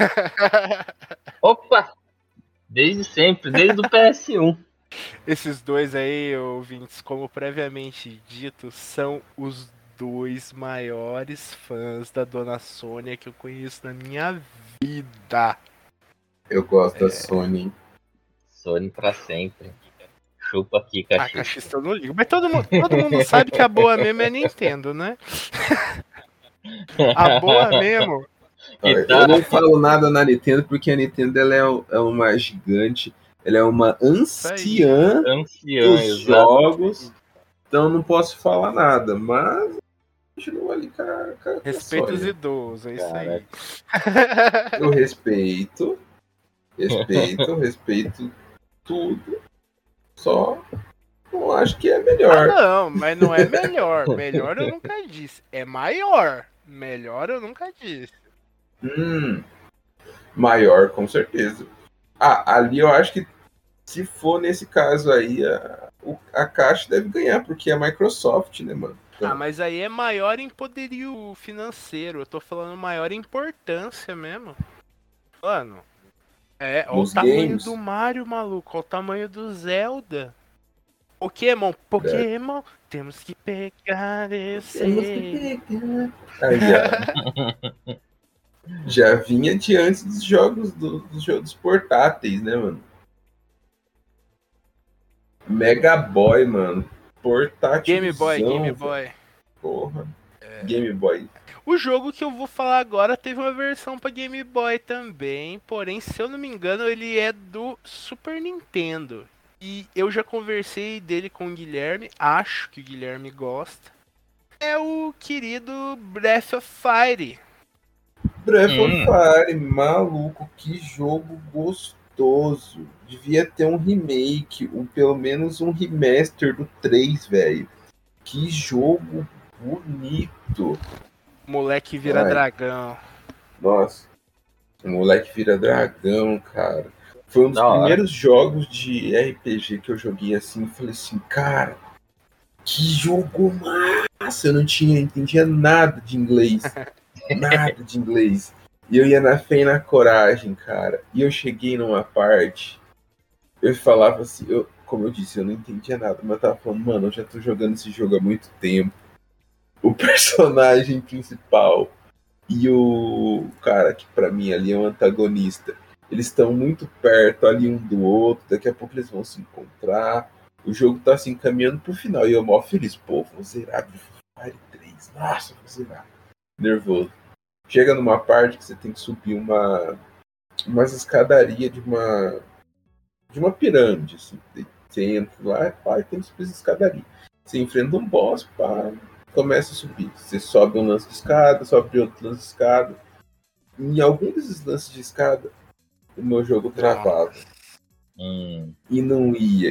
Opa! Desde sempre, desde o PS1. Esses dois aí, ouvintes, como previamente dito, são os dois maiores fãs da Dona Sônia que eu conheço na minha vida. Eu gosto da Sony. Sony pra sempre. Chupa aqui, A cachista. cachista eu não ligo. Mas todo mundo sabe que a boa mesmo é a Nintendo, né? A boa mesmo. Que Eu não tá. falo nada na Nintendo porque a Nintendo ela é uma gigante, ela é uma anciã Anciã, dos exato. jogos, então eu não posso falar nada, mas continua ali com a Respeita os Sony. idosos, é isso aí. Eu respeito tudo, só não acho que é Ah, melhor. não, mas não é melhor. Melhor eu nunca disse. É maior. Melhor eu nunca disse. Maior, com certeza. Ali eu acho que se for nesse caso aí, a caixa deve ganhar, porque é a Microsoft, né, mano? Ah, mas aí é maior em poderio financeiro. Eu tô falando maior em importância mesmo. Mano, olha o Nos tamanho games. do Mario, maluco. Olha o tamanho do Zelda. Pokémon, temos que pegar esse. Aí já vinha de antes dos jogos dos jogos portáteis, né, mano? Mega Boy, mano. Portátil. Game Boy. Porra. Game Boy. O jogo que eu vou falar agora teve uma versão para Game Boy também, porém, se eu não me engano, ele é do Super Nintendo. E eu já conversei dele com o Guilherme, acho que o Guilherme gosta. É o querido Breath of Fire. Breath of Fire, maluco, que jogo gostoso. Devia ter um remake, ou pelo menos um remaster do 3, velho. Que jogo bonito. Moleque vira dragão. Nossa, o moleque vira dragão, cara. Foi um dos Da hora. primeiros jogos de RPG que eu joguei assim. Falei assim, cara, que jogo massa! Eu não entendia nada de inglês. Nada de inglês. E eu ia na fé e na coragem, cara. E eu cheguei numa parte. Eu falava assim, como eu disse, eu não entendia nada. Mas eu tava falando, mano, eu já tô jogando esse jogo há muito tempo. O personagem principal e o cara que pra mim ali é um antagonista, eles estão muito perto ali um do outro, daqui a pouco eles vão se encontrar, o jogo tá se encaminhando pro final, e eu mó feliz, pô, vou zerar Fire 3, nossa, vou zerar, nervoso. Chega numa parte que você tem que subir umas escadarias de uma pirâmide, assim, você entra lá, e tem que subir essa escadaria, você enfrenta um boss, pá, começa a subir. Você sobe um lance de escada, sobe outro lance de escada. Em algum desses lances de escada, o meu jogo travava. E não ia.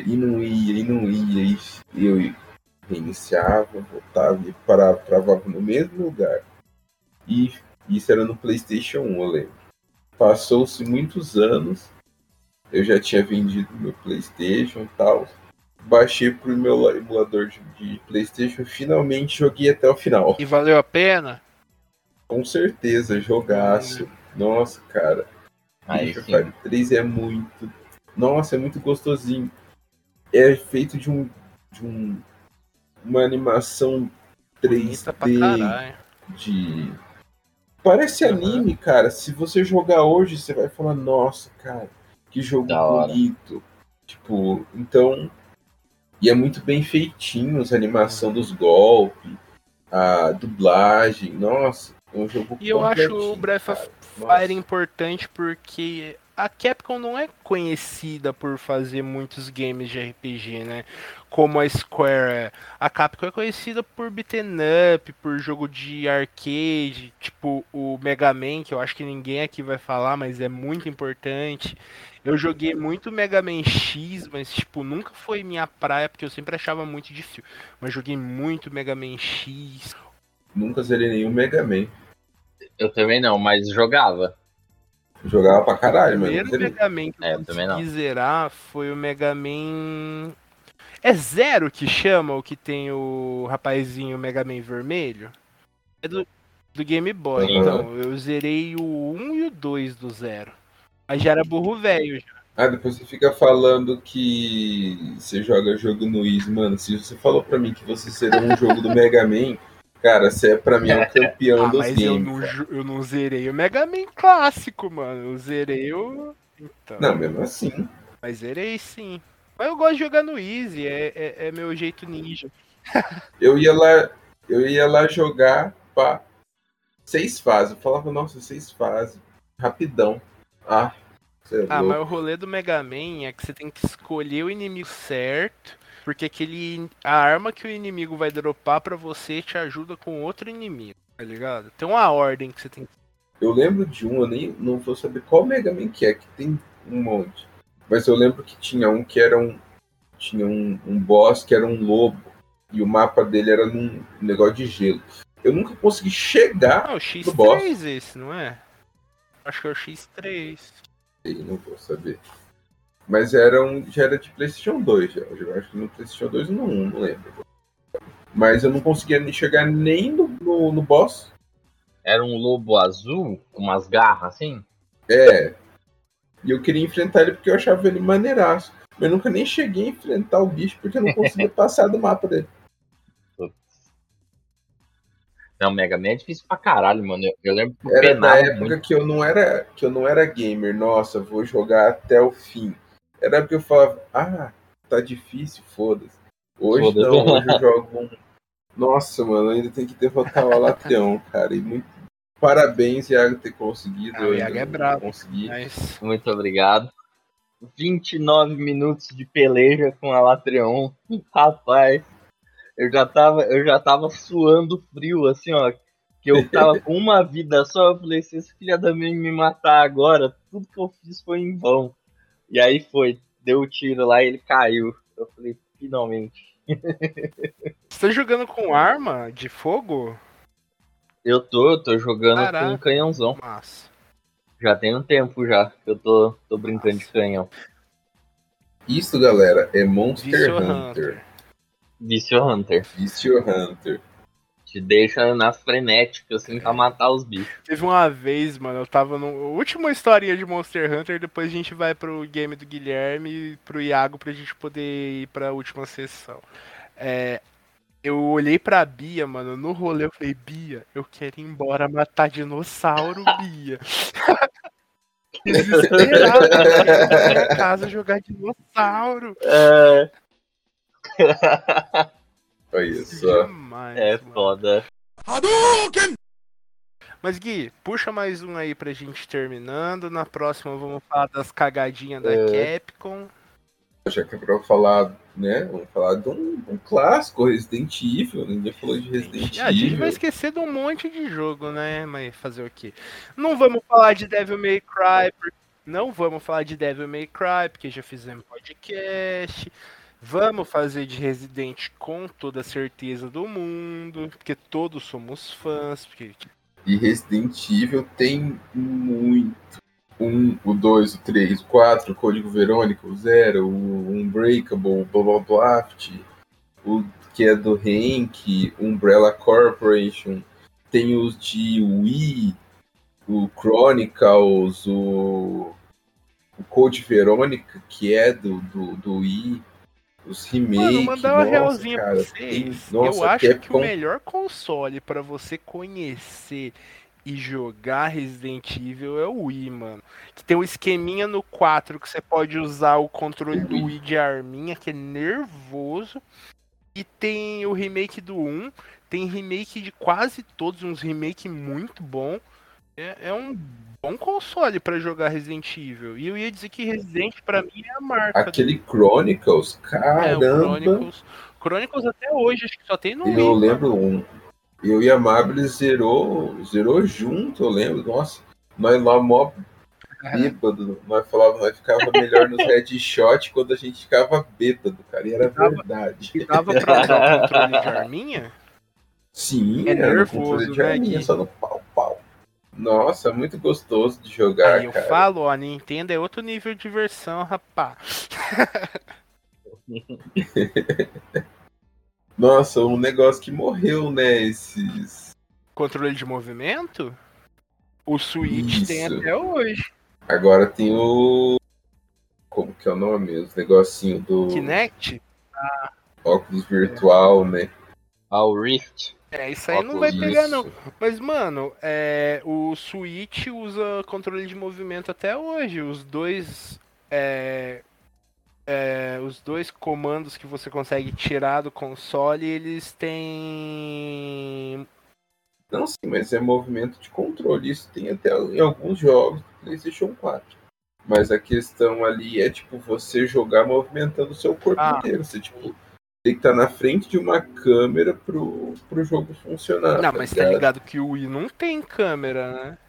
E eu reiniciava, voltava e parava, travava no mesmo lugar. E isso era no PlayStation 1, eu lembro. Passou-se muitos anos, eu já tinha vendido meu PlayStation e tal. Baixei pro meu emulador de PlayStation e finalmente joguei até o final. E valeu a pena? Com certeza, jogaço. Nossa, cara. Aí Street sim. Fighter 3 é muito. Nossa, é muito gostosinho. É feito de uma animação Bonita pra 3D caralho. de. Parece Aham. anime, cara. Se você jogar hoje, você vai falar, nossa, cara, que jogo Da hora. bonito. Tipo, então. E é muito bem feitinho, a animação dos golpes, a dublagem. Nossa, é um jogo E eu acho completinho, o Breath of cara. Nossa. Fire importante porque a Capcom não é conhecida por fazer muitos games de RPG, né? Como a Square é. A Capcom é conhecida por beaten up, por jogo de arcade, tipo o Mega Man, que eu acho que ninguém aqui vai falar, mas é muito importante. Eu joguei muito Mega Man X, mas tipo, nunca foi minha praia, porque eu sempre achava muito difícil. Mas joguei muito Mega Man X. Nunca zerei nenhum Mega Man. Eu também não, mas jogava. Jogava pra O caralho, mas não primeiro zerei. Mega Man que É, eu eu também não. consegui zerar foi o Mega Man. É Zero que chama o que tem o rapazinho Mega Man vermelho? É do Game Boy. Aham. Então, eu zerei o 1 e o 2 do Zero. Aí já era burro velho. Já. Ah, depois você fica falando que você joga jogo no Easy. Mano, se você falou pra mim que você zerou um jogo do Mega Man, cara, você é pra mim um campeão Ah, dos mas eu games. não, Cara. eu não zerei o Mega Man clássico, mano. Eu zerei o. Então. Não, mesmo assim. Mas zerei sim. Mas eu gosto de jogar no Easy, é meu jeito ninja. Eu ia lá jogar pra 6 fases. Eu falava, nossa, 6 fases. Rapidão. Ah, você é Ah, mas o louco. rolê do Mega Man é que você tem que escolher o inimigo certo, porque a arma que o inimigo vai dropar pra você te ajuda com outro inimigo, tá ligado? Tem uma ordem que você tem que. Eu lembro de um, eu nem não vou saber qual Mega Man que tem um monte. Mas eu lembro que tinha um que era tinha um boss que era um lobo. E o mapa dele era num negócio de gelo. Eu nunca consegui chegar Não, o no boss. X3 esse, não é? Acho que é o X3. Sei, não vou saber. Mas já era de PlayStation 2 já. Eu acho que no PlayStation 2 ou no 1, não lembro. Mas eu não conseguia nem chegar nem no boss. Era um lobo azul, com umas garras assim. É. E eu queria enfrentar ele porque eu achava ele maneiraço. Mas eu nunca nem cheguei a enfrentar o bicho porque eu não conseguia passar do mapa dele. Não, Mega Man é difícil pra caralho, mano. Eu lembro que eu Era da penava época muito. que eu não era gamer. Nossa, vou jogar até o fim. Era porque eu falava, tá difícil, foda-se. Hoje Foda-se. não, hoje eu jogo um. Nossa, mano, ainda tem que derrotar o Alatrião, cara. E muito parabéns, Iago, ter conseguido. Ah, o Iago é brabo. Consegui. Mas. Muito obrigado. 29 minutos de peleja com a Latreon. Rapaz, eu já tava suando frio, assim, ó. Que eu tava com uma vida só. Eu falei, se esse filho da mãe me matar agora, tudo que eu fiz foi em vão. E aí foi, deu o tiro lá e ele caiu. Eu falei, finalmente. Você tá jogando com arma de fogo? Eu tô jogando com Caraca. um canhãozão. Massa. Já tem um tempo já que eu tô brincando de canhão. Isso, galera, é Monster Vício Hunter. Vício Hunter. Vício Hunter. Te deixa na frenética, assim, pra matar os bichos. Teve uma vez, mano, eu tava no. Última historinha de Monster Hunter, depois a gente vai pro game do Guilherme e pro Iago pra gente poder ir pra última sessão. Eu olhei pra Bia, mano, no rolê eu falei, Bia, eu quero ir embora matar dinossauro, Bia. Desesperado, eu quero ir pra minha casa jogar dinossauro. Olha só. Demais, É mano. foda. Mas Gui, puxa mais um aí pra gente terminando. Na próxima vamos falar das cagadinhas da Capcom. Já que é pra falar, né? Vamos falar de um clássico, Resident Evil. Ninguém falou de Resident A gente vai Evil. esquecer de um monte de jogo, né? Mas fazer o quê? Não vamos falar de Devil May Cry, Não vamos falar de Devil May Cry, porque já fizemos podcast. Vamos fazer de Resident com toda a certeza do mundo, porque todos somos fãs. Porque... E Resident Evil tem muito. O 2, o 3, o 4, o Código Verônica, o 0, o Unbreakable, o Blablablast, o que é do Hank, Umbrella Corporation, tem os de Wii, o Chronicles, o Code Verônica, que é do Wii, os remakes. Mano, mandar uma nossa, realzinha cara, pra vocês. nossa, Eu acho que o Capcom... melhor console pra você conhecer e jogar Resident Evil é o Wii, mano. Que tem um esqueminha no 4 que você pode usar o controle do Wii de arminha, que é nervoso. E tem o remake do 1. Tem remake de quase todos, uns remake muito bom. É um bom console pra jogar Resident Evil. E eu ia dizer que Resident pra mim é a marca. Aquele Chronicles, o caramba. Chronicles até hoje, acho que só tem no Wii. Eu lembro eu e a Mabel zerou junto, eu lembro. Nossa, nós lá mó bêbado. Nós falávamos, nós ficava melhor nos headshot quando a gente ficava bêbado, cara. E era verdade. E dava pra usar o controle de arminha? Sim, É era no nervoso, controle de né, arminha, Gui? só no pau. Nossa, muito gostoso de jogar, Aí eu cara. falo, ó, a Nintendo é outro nível de diversão, rapaz. Nossa, um negócio que morreu, né? Esses. Controle de movimento? O Switch tem Isso. até hoje. Agora tem o. Como que é o nome? Os negocinhos do Kinect? óculos virtual, né? O Rift. É, isso aí não vai pegar, Isso. não. Mas, mano, o Switch usa controle de movimento até hoje. Os dois comandos que você consegue tirar do console, eles têm... Não, sim, mas é movimento de controle. Isso tem até em alguns jogos do PlayStation 4. Mas a questão ali é, tipo, você jogar movimentando o seu corpo inteiro. Você, tipo, tem que estar na frente de uma câmera pro jogo funcionar. Não, mas tá ligado que o Wii não tem câmera, né?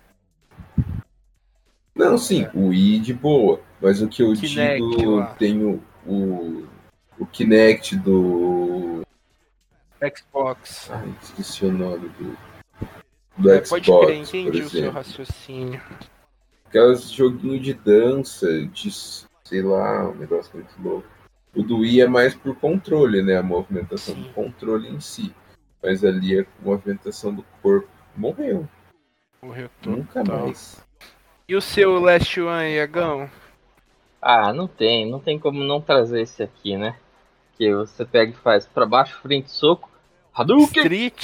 Não, sim, o Wii de boa. Mas o que eu Kinect digo, lá. tem o Kinect do... Xbox. Ai, esqueci o nome do Xbox, Pode crer, entendi por o seu exemplo. raciocínio. Aquelas joguinhos de dança, de, sei lá, um negócio muito louco. O do Wii é mais por controle, né? A movimentação Sim. do controle em si. Mas ali a movimentação do corpo morreu. Morreu Nunca total. mais. E o seu Last One, Iagão? Ah, não tem como não trazer esse aqui, né? Que você pega e faz pra baixo, frente, soco, Hadouken! Street,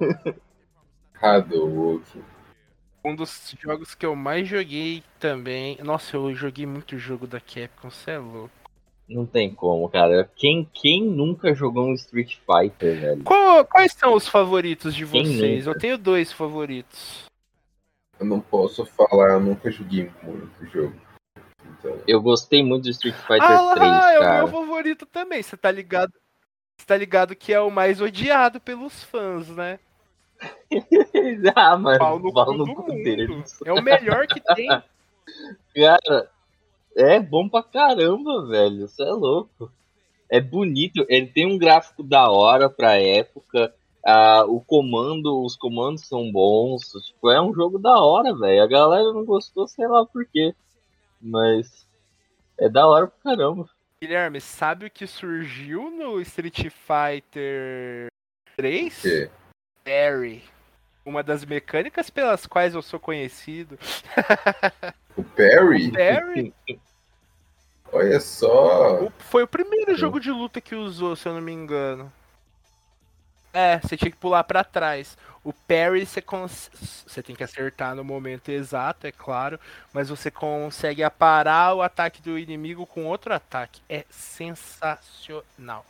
Hadouken. um dos jogos que eu mais joguei também. Nossa, eu joguei muito jogo da Capcom, cê é louco. Não tem como, cara. Quem nunca jogou um Street Fighter, velho? Quais são os favoritos de Quem vocês? nunca? Eu tenho 2 favoritos. Eu não posso falar, eu nunca joguei muito o jogo. Então, Eu gostei muito do Street Fighter 3, É o cara. meu favorito também, você tá ligado? Você tá ligado que é o mais odiado pelos fãs, né? Ah, mano, Pau no cu do cu mundo. deles. É o melhor que tem. Cara, é bom pra caramba, velho. Você é louco. É bonito, ele tem um gráfico da hora pra época. Os comandos são bons. Tipo, é um jogo da hora, velho. A galera não gostou, sei lá por quê. Mas é da hora pra caramba. Guilherme, sabe o que surgiu no Street Fighter 3? que? Parry. Uma das mecânicas pelas quais eu sou conhecido. O Parry? Parry Olha só. foi o primeiro jogo de luta que usou, se eu não me engano. Você tinha que pular pra trás. O parry você tem que acertar no momento exato, é claro, mas você consegue aparar o ataque do inimigo com outro ataque. É sensacional.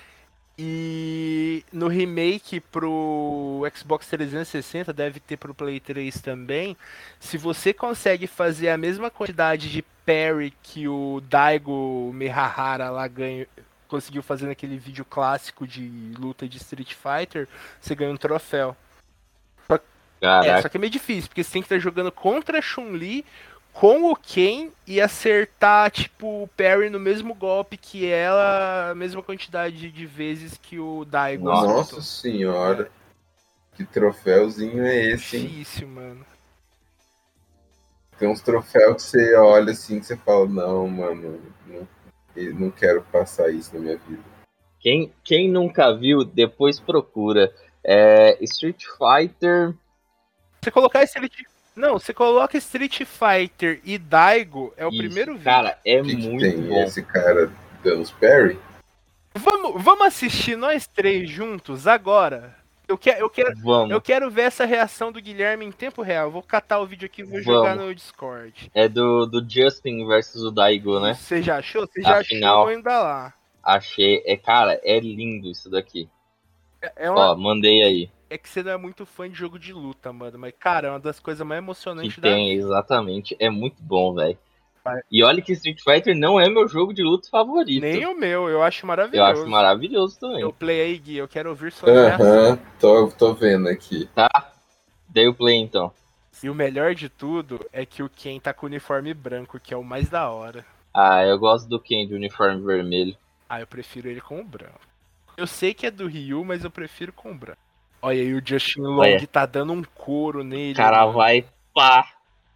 E no remake pro Xbox 360, deve ter pro Play 3 também, se você consegue fazer a mesma quantidade de parry que o Daigo Mihahara lá conseguiu fazer naquele vídeo clássico de luta de Street Fighter, você ganha um troféu. Caraca. Só que é meio difícil, porque você tem que estar jogando contra a Chun-Li com o Ken e acertar, tipo, o parry no mesmo golpe que ela, a mesma quantidade de vezes que o Daigo Nossa acertou. Nossa senhora. Que troféuzinho é esse, hein? Difícil, mano. Tem uns troféus que você olha assim, que você fala, não, mano, não quero passar isso na minha vida. Quem nunca viu, depois procura. Street Fighter. Você colocar você coloca Street Fighter e Daigo, é o Isso, primeiro vídeo. cara, é O que muito tem bom. esse cara dando os parry? Vamos assistir nós três juntos agora? Vamos. Eu quero ver essa reação do Guilherme em tempo real. Eu vou catar o vídeo aqui e vou jogar no Discord. É do Justin versus o Daigo, né? Você já achou? Você já Afinal. achou ainda lá? Achei. Cara, é lindo isso daqui. Ó, Mandei aí. É que você não é muito fã de jogo de luta, mano. Mas, cara, é uma das coisas mais emocionantes Que da tem, vida. exatamente. É muito bom, velho. Vai. E olha que Street Fighter não é meu jogo de luta favorito. Nem o meu, eu acho Eu maravilhoso. acho maravilhoso também. Eu play aí, Gui, eu quero ouvir sua reação. Tô vendo aqui. Dei o play então. E o melhor de tudo é que o Ken tá com o uniforme branco, que é o mais da hora. Ah, eu gosto do Ken de uniforme vermelho. Ah, eu prefiro ele com o branco. Eu sei que é do Ryu, mas eu prefiro com o branco. Olha aí, o Justin Long Olha. tá dando um couro nele. O cara mano. vai pá.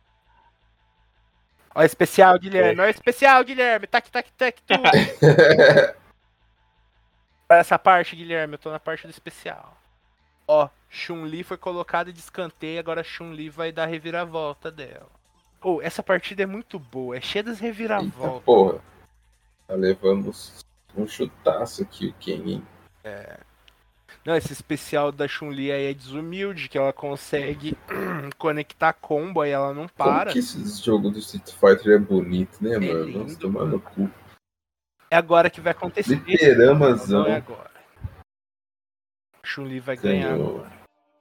Olha, especial, Guilherme. Olha, especial, Guilherme. Tac, tac, tac, tudo. Olha essa parte, Guilherme. Eu tô na parte do especial. Ó, Chun-Li foi colocada de escanteio. Agora Chun-Li vai dar a reviravolta dela. Oh, essa partida é muito boa. É cheia das Eita reviravoltas. porra. Tá levando um chutaço aqui o Ken, hein? Não, esse especial da Chun-Li aí é desumilde, que ela consegue conectar combo, aí ela não Como para. que esse jogo do Street Fighter é bonito, né, mano? lindo, Nossa, tomar no cu. É agora que vai acontecer. Fliperamazão. Não é agora. Chun-Li vai ganhar Ganhou. agora.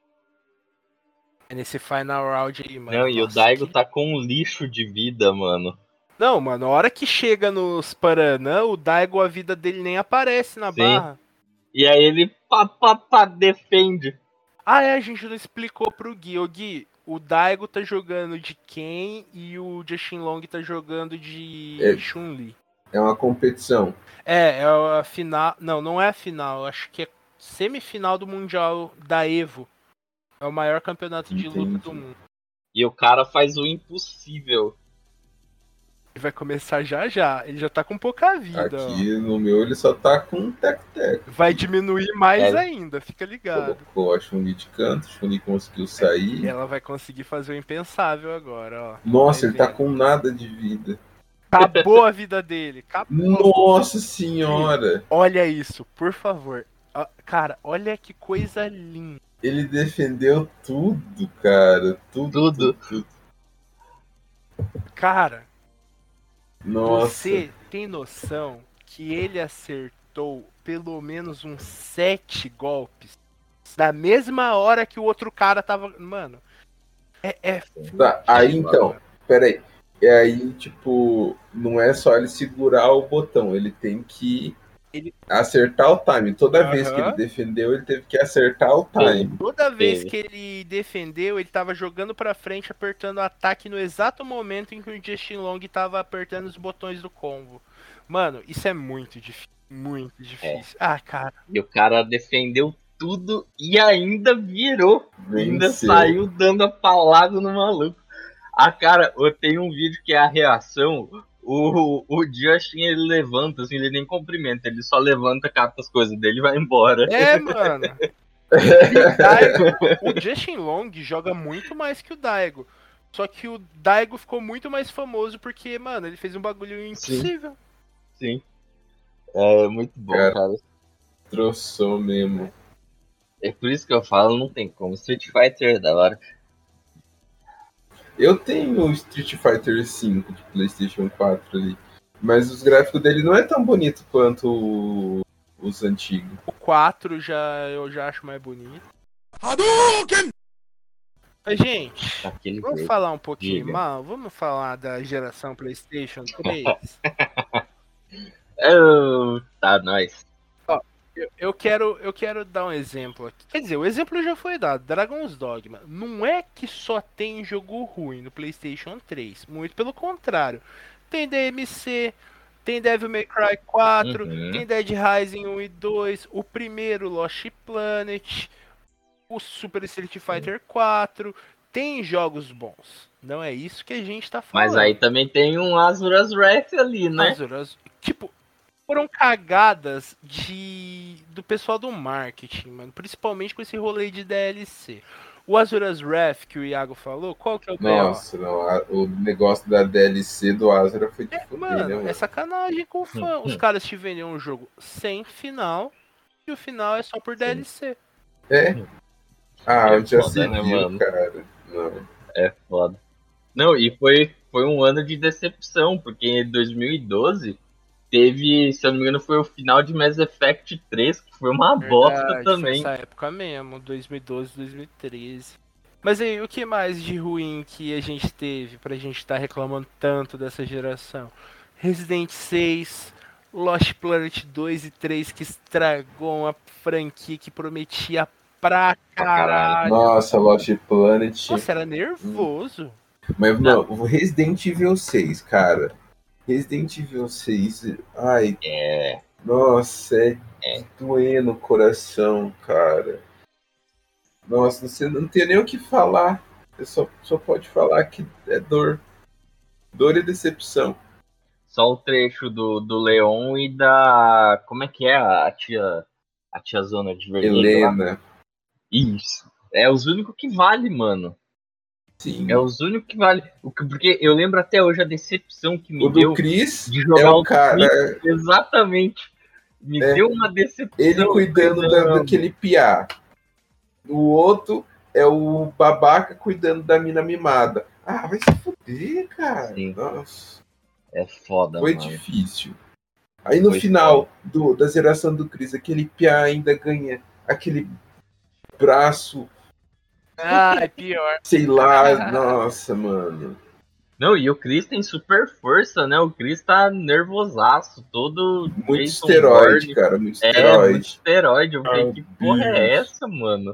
É nesse final round aí, mano. Não, e o Nossa, Daigo que- tá com um lixo de vida, mano. Não, mano, a hora que chega nos Paranã, o Daigo, a vida dele nem aparece na Sim. barra. E aí ele pá, defende. Ah, é, a gente não explicou pro Gui. Ô, Gui, o Daigo tá jogando de Ken e o Justin Long tá jogando de Chun-Li. É uma competição. É a final. Não é a final. Acho que é semifinal do Mundial da Evo. É o maior campeonato de luta do mundo. E o cara faz o impossível. Ele vai começar já já. Ele já tá com pouca vida. ó. Aqui no meu ele só tá com um teco-teco. Vai diminuir mais É. ainda, fica ligado. Colocou a Chun-Li de canto, Chun-Li conseguiu sair. Ela vai conseguir fazer o impensável agora, ó. Nossa, Vai ele tá ver. com nada de vida. Acabou a vida dele. Acabou. Nossa senhora! Olha isso, por favor. Ó, cara, olha que coisa linda. Ele defendeu tudo, cara. Tudo. Cara, Nossa. você tem noção que ele acertou pelo menos uns 7 golpes na mesma hora que o outro cara tava. Mano, Tá, aí então, peraí. E aí, tipo, não é só ele segurar o botão, ele tem que acertar o time. Toda vez que ele defendeu, ele teve que acertar o time. Toda vez que ele defendeu, ele tava jogando pra frente, apertando o ataque no exato momento em que o Justin Long tava apertando os botões do combo. Mano, isso é muito difícil. Muito difícil. Ah, cara. E o cara defendeu tudo e ainda virou. Ainda Venceu. saiu dando a paulada no maluco. Ah, cara, eu tenho um vídeo que é a reação. O Justin, ele levanta, assim, ele nem cumprimenta, ele só levanta, cata as coisas dele e vai embora. É, mano. O Daigo, o Justin Long joga muito mais que o Daigo. Só que o Daigo ficou muito mais famoso porque, mano, ele fez um bagulho impossível. Sim. É muito bom, cara. Troçou mesmo. É por isso que eu falo, não tem como. Street Fighter é da hora. Eu tenho o Street Fighter V de PlayStation 4 ali, mas os gráficos dele não é tão bonito quanto os antigos. O 4 eu já acho mais bonito. Mas, gente, Daquele vamos jeito. falar um pouquinho Diga. mal? Vamos falar da geração PlayStation 3? Tá, nós. eu quero dar um exemplo aqui. Quer dizer, o exemplo já foi dado. Dragon's Dogma. Não é que só tem jogo ruim no PlayStation 3. Muito pelo contrário. Tem DMC, tem Devil May Cry 4, tem Dead Rising 1 e 2, o primeiro Lost Planet, o Super Street Fighter 4. Tem jogos bons. Não é isso que a gente tá falando. Mas aí também tem um Asura's Wrath ali, né? Azuras, tipo, foram cagadas do pessoal do marketing, mano. Principalmente com esse rolê de DLC. O Asura's Wrath que o Iago falou, qual que é o B.O.? Nossa, não, o negócio da DLC do Azura foi de fuder, né, Mano, mano? é sacanagem com o fã. Os caras te vendem um jogo sem final e o final é só por DLC. É? Ah, É onde já foda, se né, viu, mano? cara. Não. É foda. Não, e foi um ano de decepção, porque em 2012 teve, se eu não me engano, foi o final de Mass Effect 3, que foi uma bosta Verdade, também. foi essa época mesmo, 2012, 2013. Mas aí, o que mais de ruim que a gente teve pra gente estar reclamando tanto dessa geração? Resident 6, Lost Planet 2 e 3 que estragou uma franquia que prometia pra caralho. Nossa, Lost Planet. Nossa, era nervoso. Mas, não, o Resident Evil 6, cara. Resident Evil 6, ai, É, nossa, é doer no coração, cara. Nossa, você não tem nem o que falar. Você só pode falar que é dor. Dor e decepção. só o trecho do Leon e da. Como é que é a tia Zona de Vermelho lá? Helena, Isso. É os únicos que vale, mano. sim. É os únicos que vale. Porque eu lembro até hoje a decepção que me O deu do Chris de jogar é o cara. Chris. Exatamente. Me deu uma decepção. Ele cuidando daquele piá. O outro é o babaca cuidando da mina mimada. Ah, vai se fuder, cara. Sim. Nossa, É foda, foi mano. difícil. Aí no Foi final da geração do Chris, aquele piá ainda ganha aquele braço, Ah, é pior. sei lá. Nossa, mano. Não, e o Chris tem super força, né? O Chris tá nervosaço, todo Muito Jason esteroide, Bourne. cara. Muito É, esteroide. muito esteroide. Eu falei, Meu que porra é Deus. essa, mano?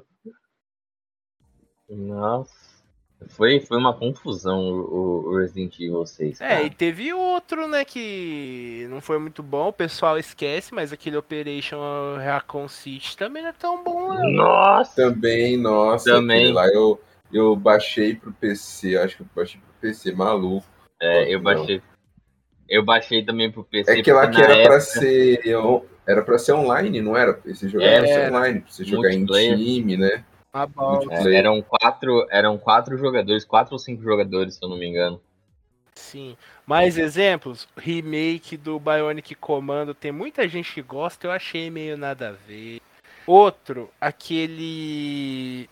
Nossa. Foi uma confusão o Resident Evil 6, cara. E teve outro, né, que não foi muito bom, o pessoal esquece, mas aquele Operation Raccoon City também não é tão bom, não. Nossa! Também, nossa, Também. aquele lá eu baixei pro PC, acho que eu baixei pro PC, maluco. É, Não. eu baixei também pro PC. É que lá porque que na era pra época era pra ser online, não era? Esse jogo era pra ser Era. online, pra você jogar em Multiplayer. time, né? Tá bom. Multiplayer. eram 4 jogadores, 4 ou 5 jogadores, se eu não me engano. Sim. Mais exemplos? Remake do Bionic Commando. Tem muita gente que gosta, eu achei meio nada a ver. Outro, aquele.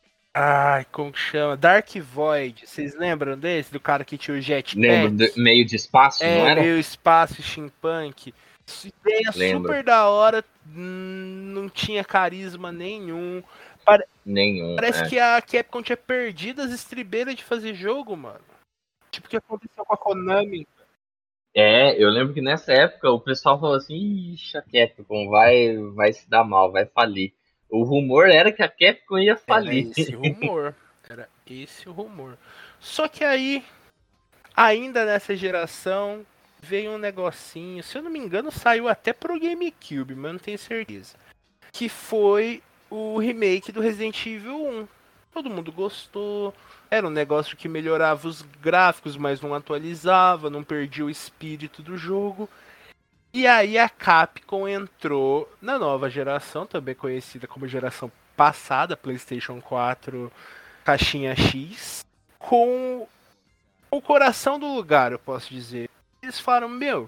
Ai, como que chama? Dark Void. Vocês lembram desse? Do cara que tinha o Jetpack? Lembro, meio de espaço, não era? Meio espaço steampunk. Ideia Lembro. super da hora, não tinha carisma nenhum. Nenhum. Parece é. que a Capcom tinha perdido as estribeiras de fazer jogo, mano. Tipo o que aconteceu com a Konami. É, eu lembro que nessa época o pessoal falou assim, ixi, a Capcom vai se dar mal, vai falir. O rumor era que a Capcom ia falir. Era esse o rumor. Só que aí, ainda nessa geração, veio um negocinho. Se eu não me engano, saiu até pro GameCube, mas não tenho certeza. Que foi o remake do Resident Evil 1. Todo mundo gostou. Era um negócio que melhorava os gráficos, mas não atualizava, não perdia o espírito do jogo. E aí a Capcom entrou na nova geração, também conhecida como geração passada, PlayStation 4, caixinha X, com o coração do lugar, eu posso dizer. Eles falaram,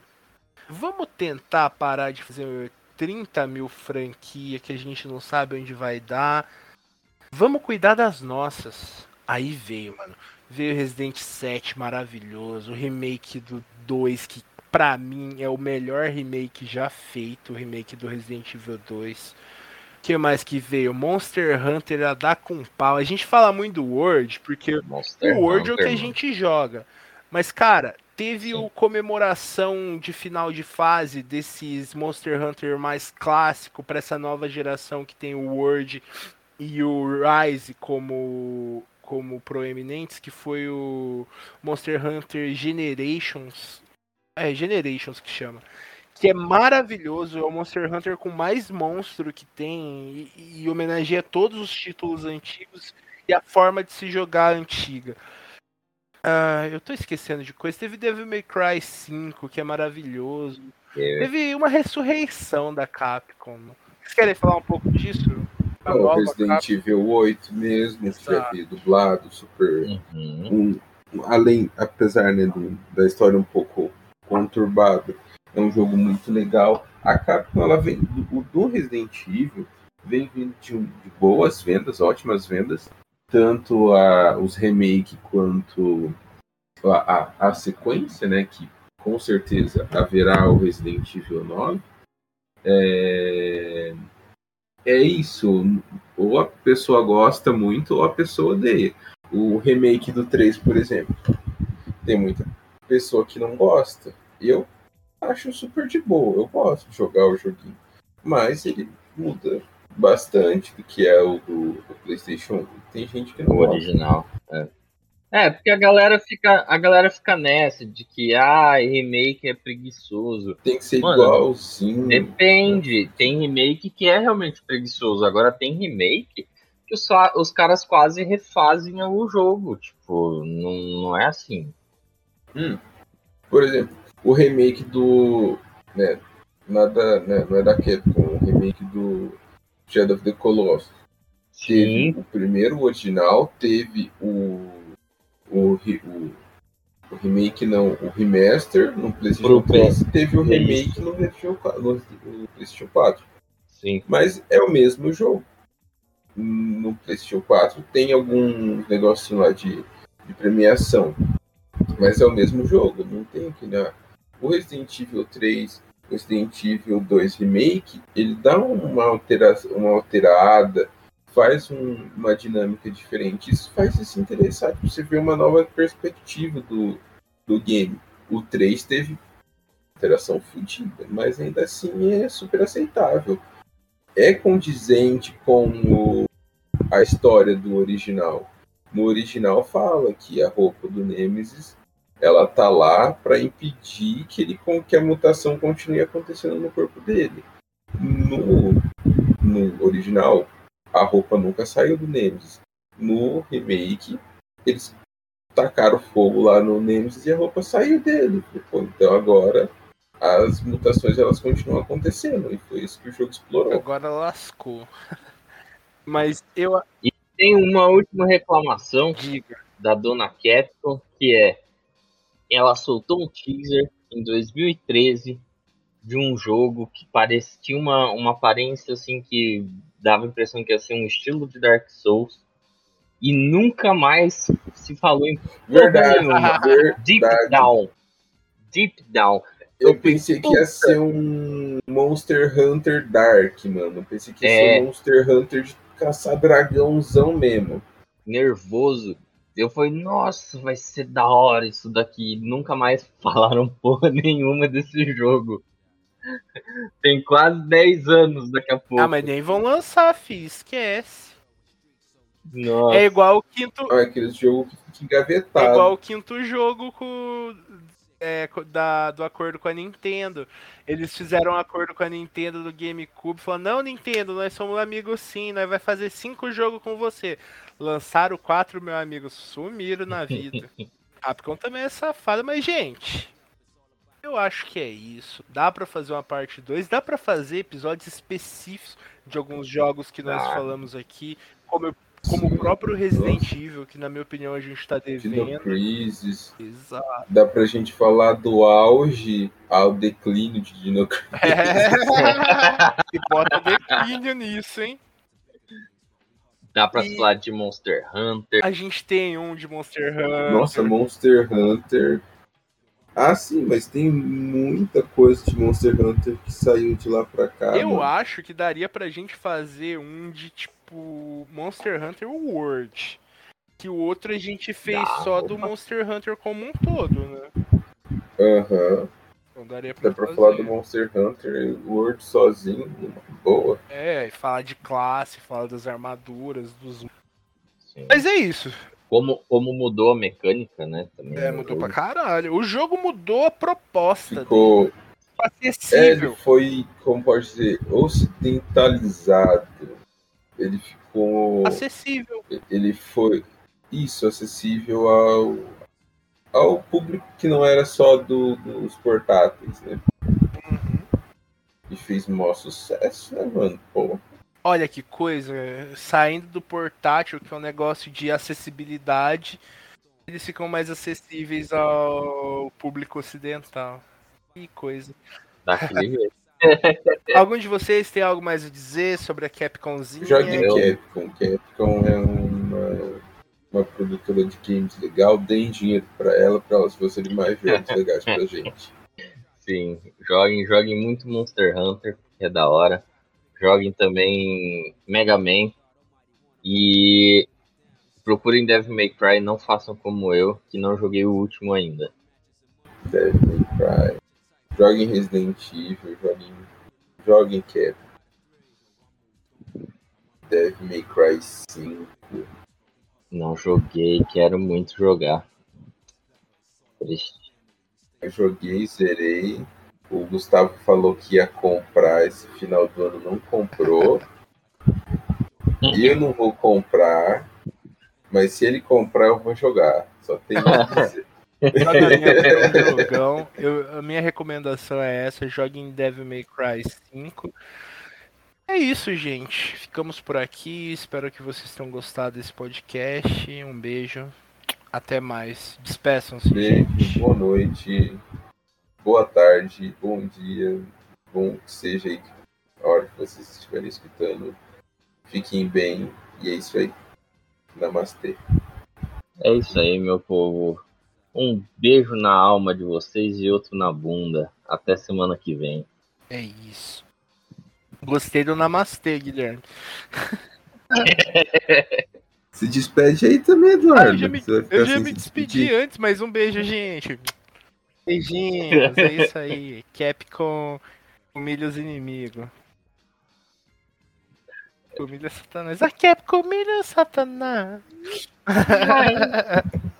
vamos tentar parar de fazer 30 mil franquia que a gente não sabe onde vai dar. Vamos cuidar das nossas. Aí veio, mano. Veio Resident 7 maravilhoso, o remake do 2, que pra mim é o melhor remake já feito, o remake do Resident Evil 2. O que mais que veio? Monster Hunter a dar com pau. A gente fala muito do World, porque Monster o World é o que Hunter, a mano. gente joga. Mas, cara, Teve Sim. o comemoração de final de fase desses Monster Hunter mais clássico para essa nova geração que tem o World e o Rise como proeminentes, que foi o Monster Hunter Generations. É, Generations que chama. Que é maravilhoso, é o Monster Hunter com mais monstro que tem e homenageia todos os títulos antigos e a forma de se jogar antiga. Eu tô esquecendo de coisa. Teve Devil May Cry 5, que é maravilhoso. Teve uma ressurreição da Capcom. Vocês querem falar um pouco disso? A O nova Resident Capcom. Evil 8 mesmo, que já Exato. veio dublado, super. Uhum. Além, apesar né, da história um pouco conturbada, é um jogo muito legal. A Capcom, ela vem, o do Resident Evil, vem vindo de boas vendas, ótimas vendas, tanto os remake quanto a sequência, né, que com certeza haverá o Resident Evil 9. É isso, ou a pessoa gosta muito ou a pessoa odeia. O remake do 3, por exemplo, tem muita pessoa que não gosta. Eu acho super de boa, eu gosto de jogar o joguinho. Mas ele muda bastante do que é o do PlayStation 1. Tem gente que não O gosta. original. Porque a galera fica nessa de que remake é preguiçoso. Tem que ser Mano, igualzinho. Depende. Tem remake que é realmente preguiçoso. Agora tem remake que os caras quase refazem o jogo. Tipo, não é assim. Por exemplo, o remake do. Né, nada, né, não é da Capcom, o remake do Shadow of the Colossus. Teve Sim, o primeiro original, teve o remake, não, o remaster no PlayStation Pro 3, teve o é remake isso. no PlayStation 4. Sim. Mas é o mesmo jogo. No PlayStation 4 tem algum negocinho lá de premiação, mas é o mesmo jogo, não tem aqui, né? O Resident Evil 3, o Resident Evil 2 Remake, ele dá uma alterada, faz uma dinâmica diferente. Isso faz isso interessante, você ver uma nova perspectiva do game. O 3 teve alteração fodida, mas ainda assim é super aceitável. É condizente com a história do original. No original fala que a roupa do Nemesis ela tá lá para impedir que a mutação continue acontecendo no corpo dele. No original, a roupa nunca saiu do Nemesis. No remake, eles tacaram fogo lá no Nemesis e a roupa saiu dele. Então agora as mutações elas continuam acontecendo e foi isso que o jogo explorou. Agora lascou. Mas eu Tem uma última reclamação digo. da dona Capcom, que ela soltou um teaser em 2013 de um jogo que tinha uma aparência assim que dava a impressão que ia ser um estilo de Dark Souls e nunca mais se falou em porra nenhuma. Verdade. Deep Down. Eu pensei que ia ser um Monster Hunter Dark, mano. Eu pensei que ia ser um Monster Hunter de caçar dragãozão mesmo. Nervoso. Eu falei, nossa, vai ser da hora isso daqui. Nunca mais falaram porra nenhuma desse jogo. Tem quase 10 anos daqui a pouco. Mas nem vão lançar, fi, esquece. Nossa. É igual o quinto. Aquele jogo que fica engavetado. É igual o quinto jogo do acordo com a Nintendo. Eles fizeram um acordo com a Nintendo do GameCube, falando, não, Nintendo, nós somos amigos sim, nós vai fazer 5 jogos com você. Lançaram 4, meu amigo, sumiram na vida. Capcom também é safada, mas, gente, eu acho que é isso. Dá pra fazer uma parte 2, dá pra fazer episódios específicos de alguns jogos que nós falamos aqui, como o próprio Resident Evil, que na minha opinião a gente tá devendo. Dino Crisis. Exato. Dá pra gente falar do auge ao declínio de Dino Crisis. E bota declínio nisso, hein? Dá pra falar de Monster Hunter. A gente tem um de Monster Hunter. Nossa, Monster Hunter. Ah, sim, mas tem muita coisa de Monster Hunter que saiu de lá pra cá. Eu mano. acho que daria pra gente fazer um de tipo Monster Hunter World. Que o outro a gente fez só do Monster Hunter como um todo, né? Aham. Então daria pra Dá pra falar do fazer. Monster Hunter World sozinho, boa. É, e falar de classe, falar das armaduras, dos. Sim. Mas é isso. Como mudou a mecânica, né? Também É, no mudou pra jogo. caralho. O jogo mudou a proposta dele. Ficou. Ficou Ele acessível. foi, como pode dizer, ocidentalizado. Ele ficou. Acessível. Ele foi isso, acessível ao público que não era só dos portáteis, né? Uhum. E fez maior sucesso, né, mano? Pô, Olha que coisa, saindo do portátil, que é um negócio de acessibilidade, eles ficam mais acessíveis ao público ocidental. Que coisa. Daquele jeito. Algum de vocês tem algo mais a dizer sobre a Capcomzinha? joguem Eu- Capcom. Capcom é uma produtora de games legal. Deem dinheiro pra ela, pra elas fazerem mais jogos legais pra gente. Sim, joguem muito Monster Hunter, que é da hora. Joguem também Mega Man. E procurem Devil May Cry, não façam como eu, que não joguei o último ainda. Devil May Cry. Joguem Resident Evil, joguem Capcom. Devil May Cry 5. Não joguei, quero muito jogar. Triste. Eu joguei, zerei. O Gustavo falou que ia comprar esse final do ano, não comprou. Eu não vou comprar, mas se ele comprar, eu vou jogar. Só tem isso a dizer. Joga mesmo, que é um jogão. A minha recomendação é essa, jogue em Devil May Cry 5. É isso, gente. Ficamos por aqui. Espero que vocês tenham gostado desse podcast. Um beijo. Até mais. Despeçam-se, Beijo, gente. boa noite, boa tarde, bom dia, bom que seja aí a hora que vocês estiverem escutando. Fiquem bem e é isso aí. Namastê. É isso aí, meu povo. Um beijo na alma de vocês e outro na bunda. Até semana que vem. É isso. Gostei do Namastê, Guilherme. Se despede aí também, Eduardo. Você vai ficar eu já sem me se despedi despedir? antes, mas um beijo, gente. Beijinhos, é isso aí. Capcom humilha os inimigos. Humilha Satanás. A Capcom humilha Satanás.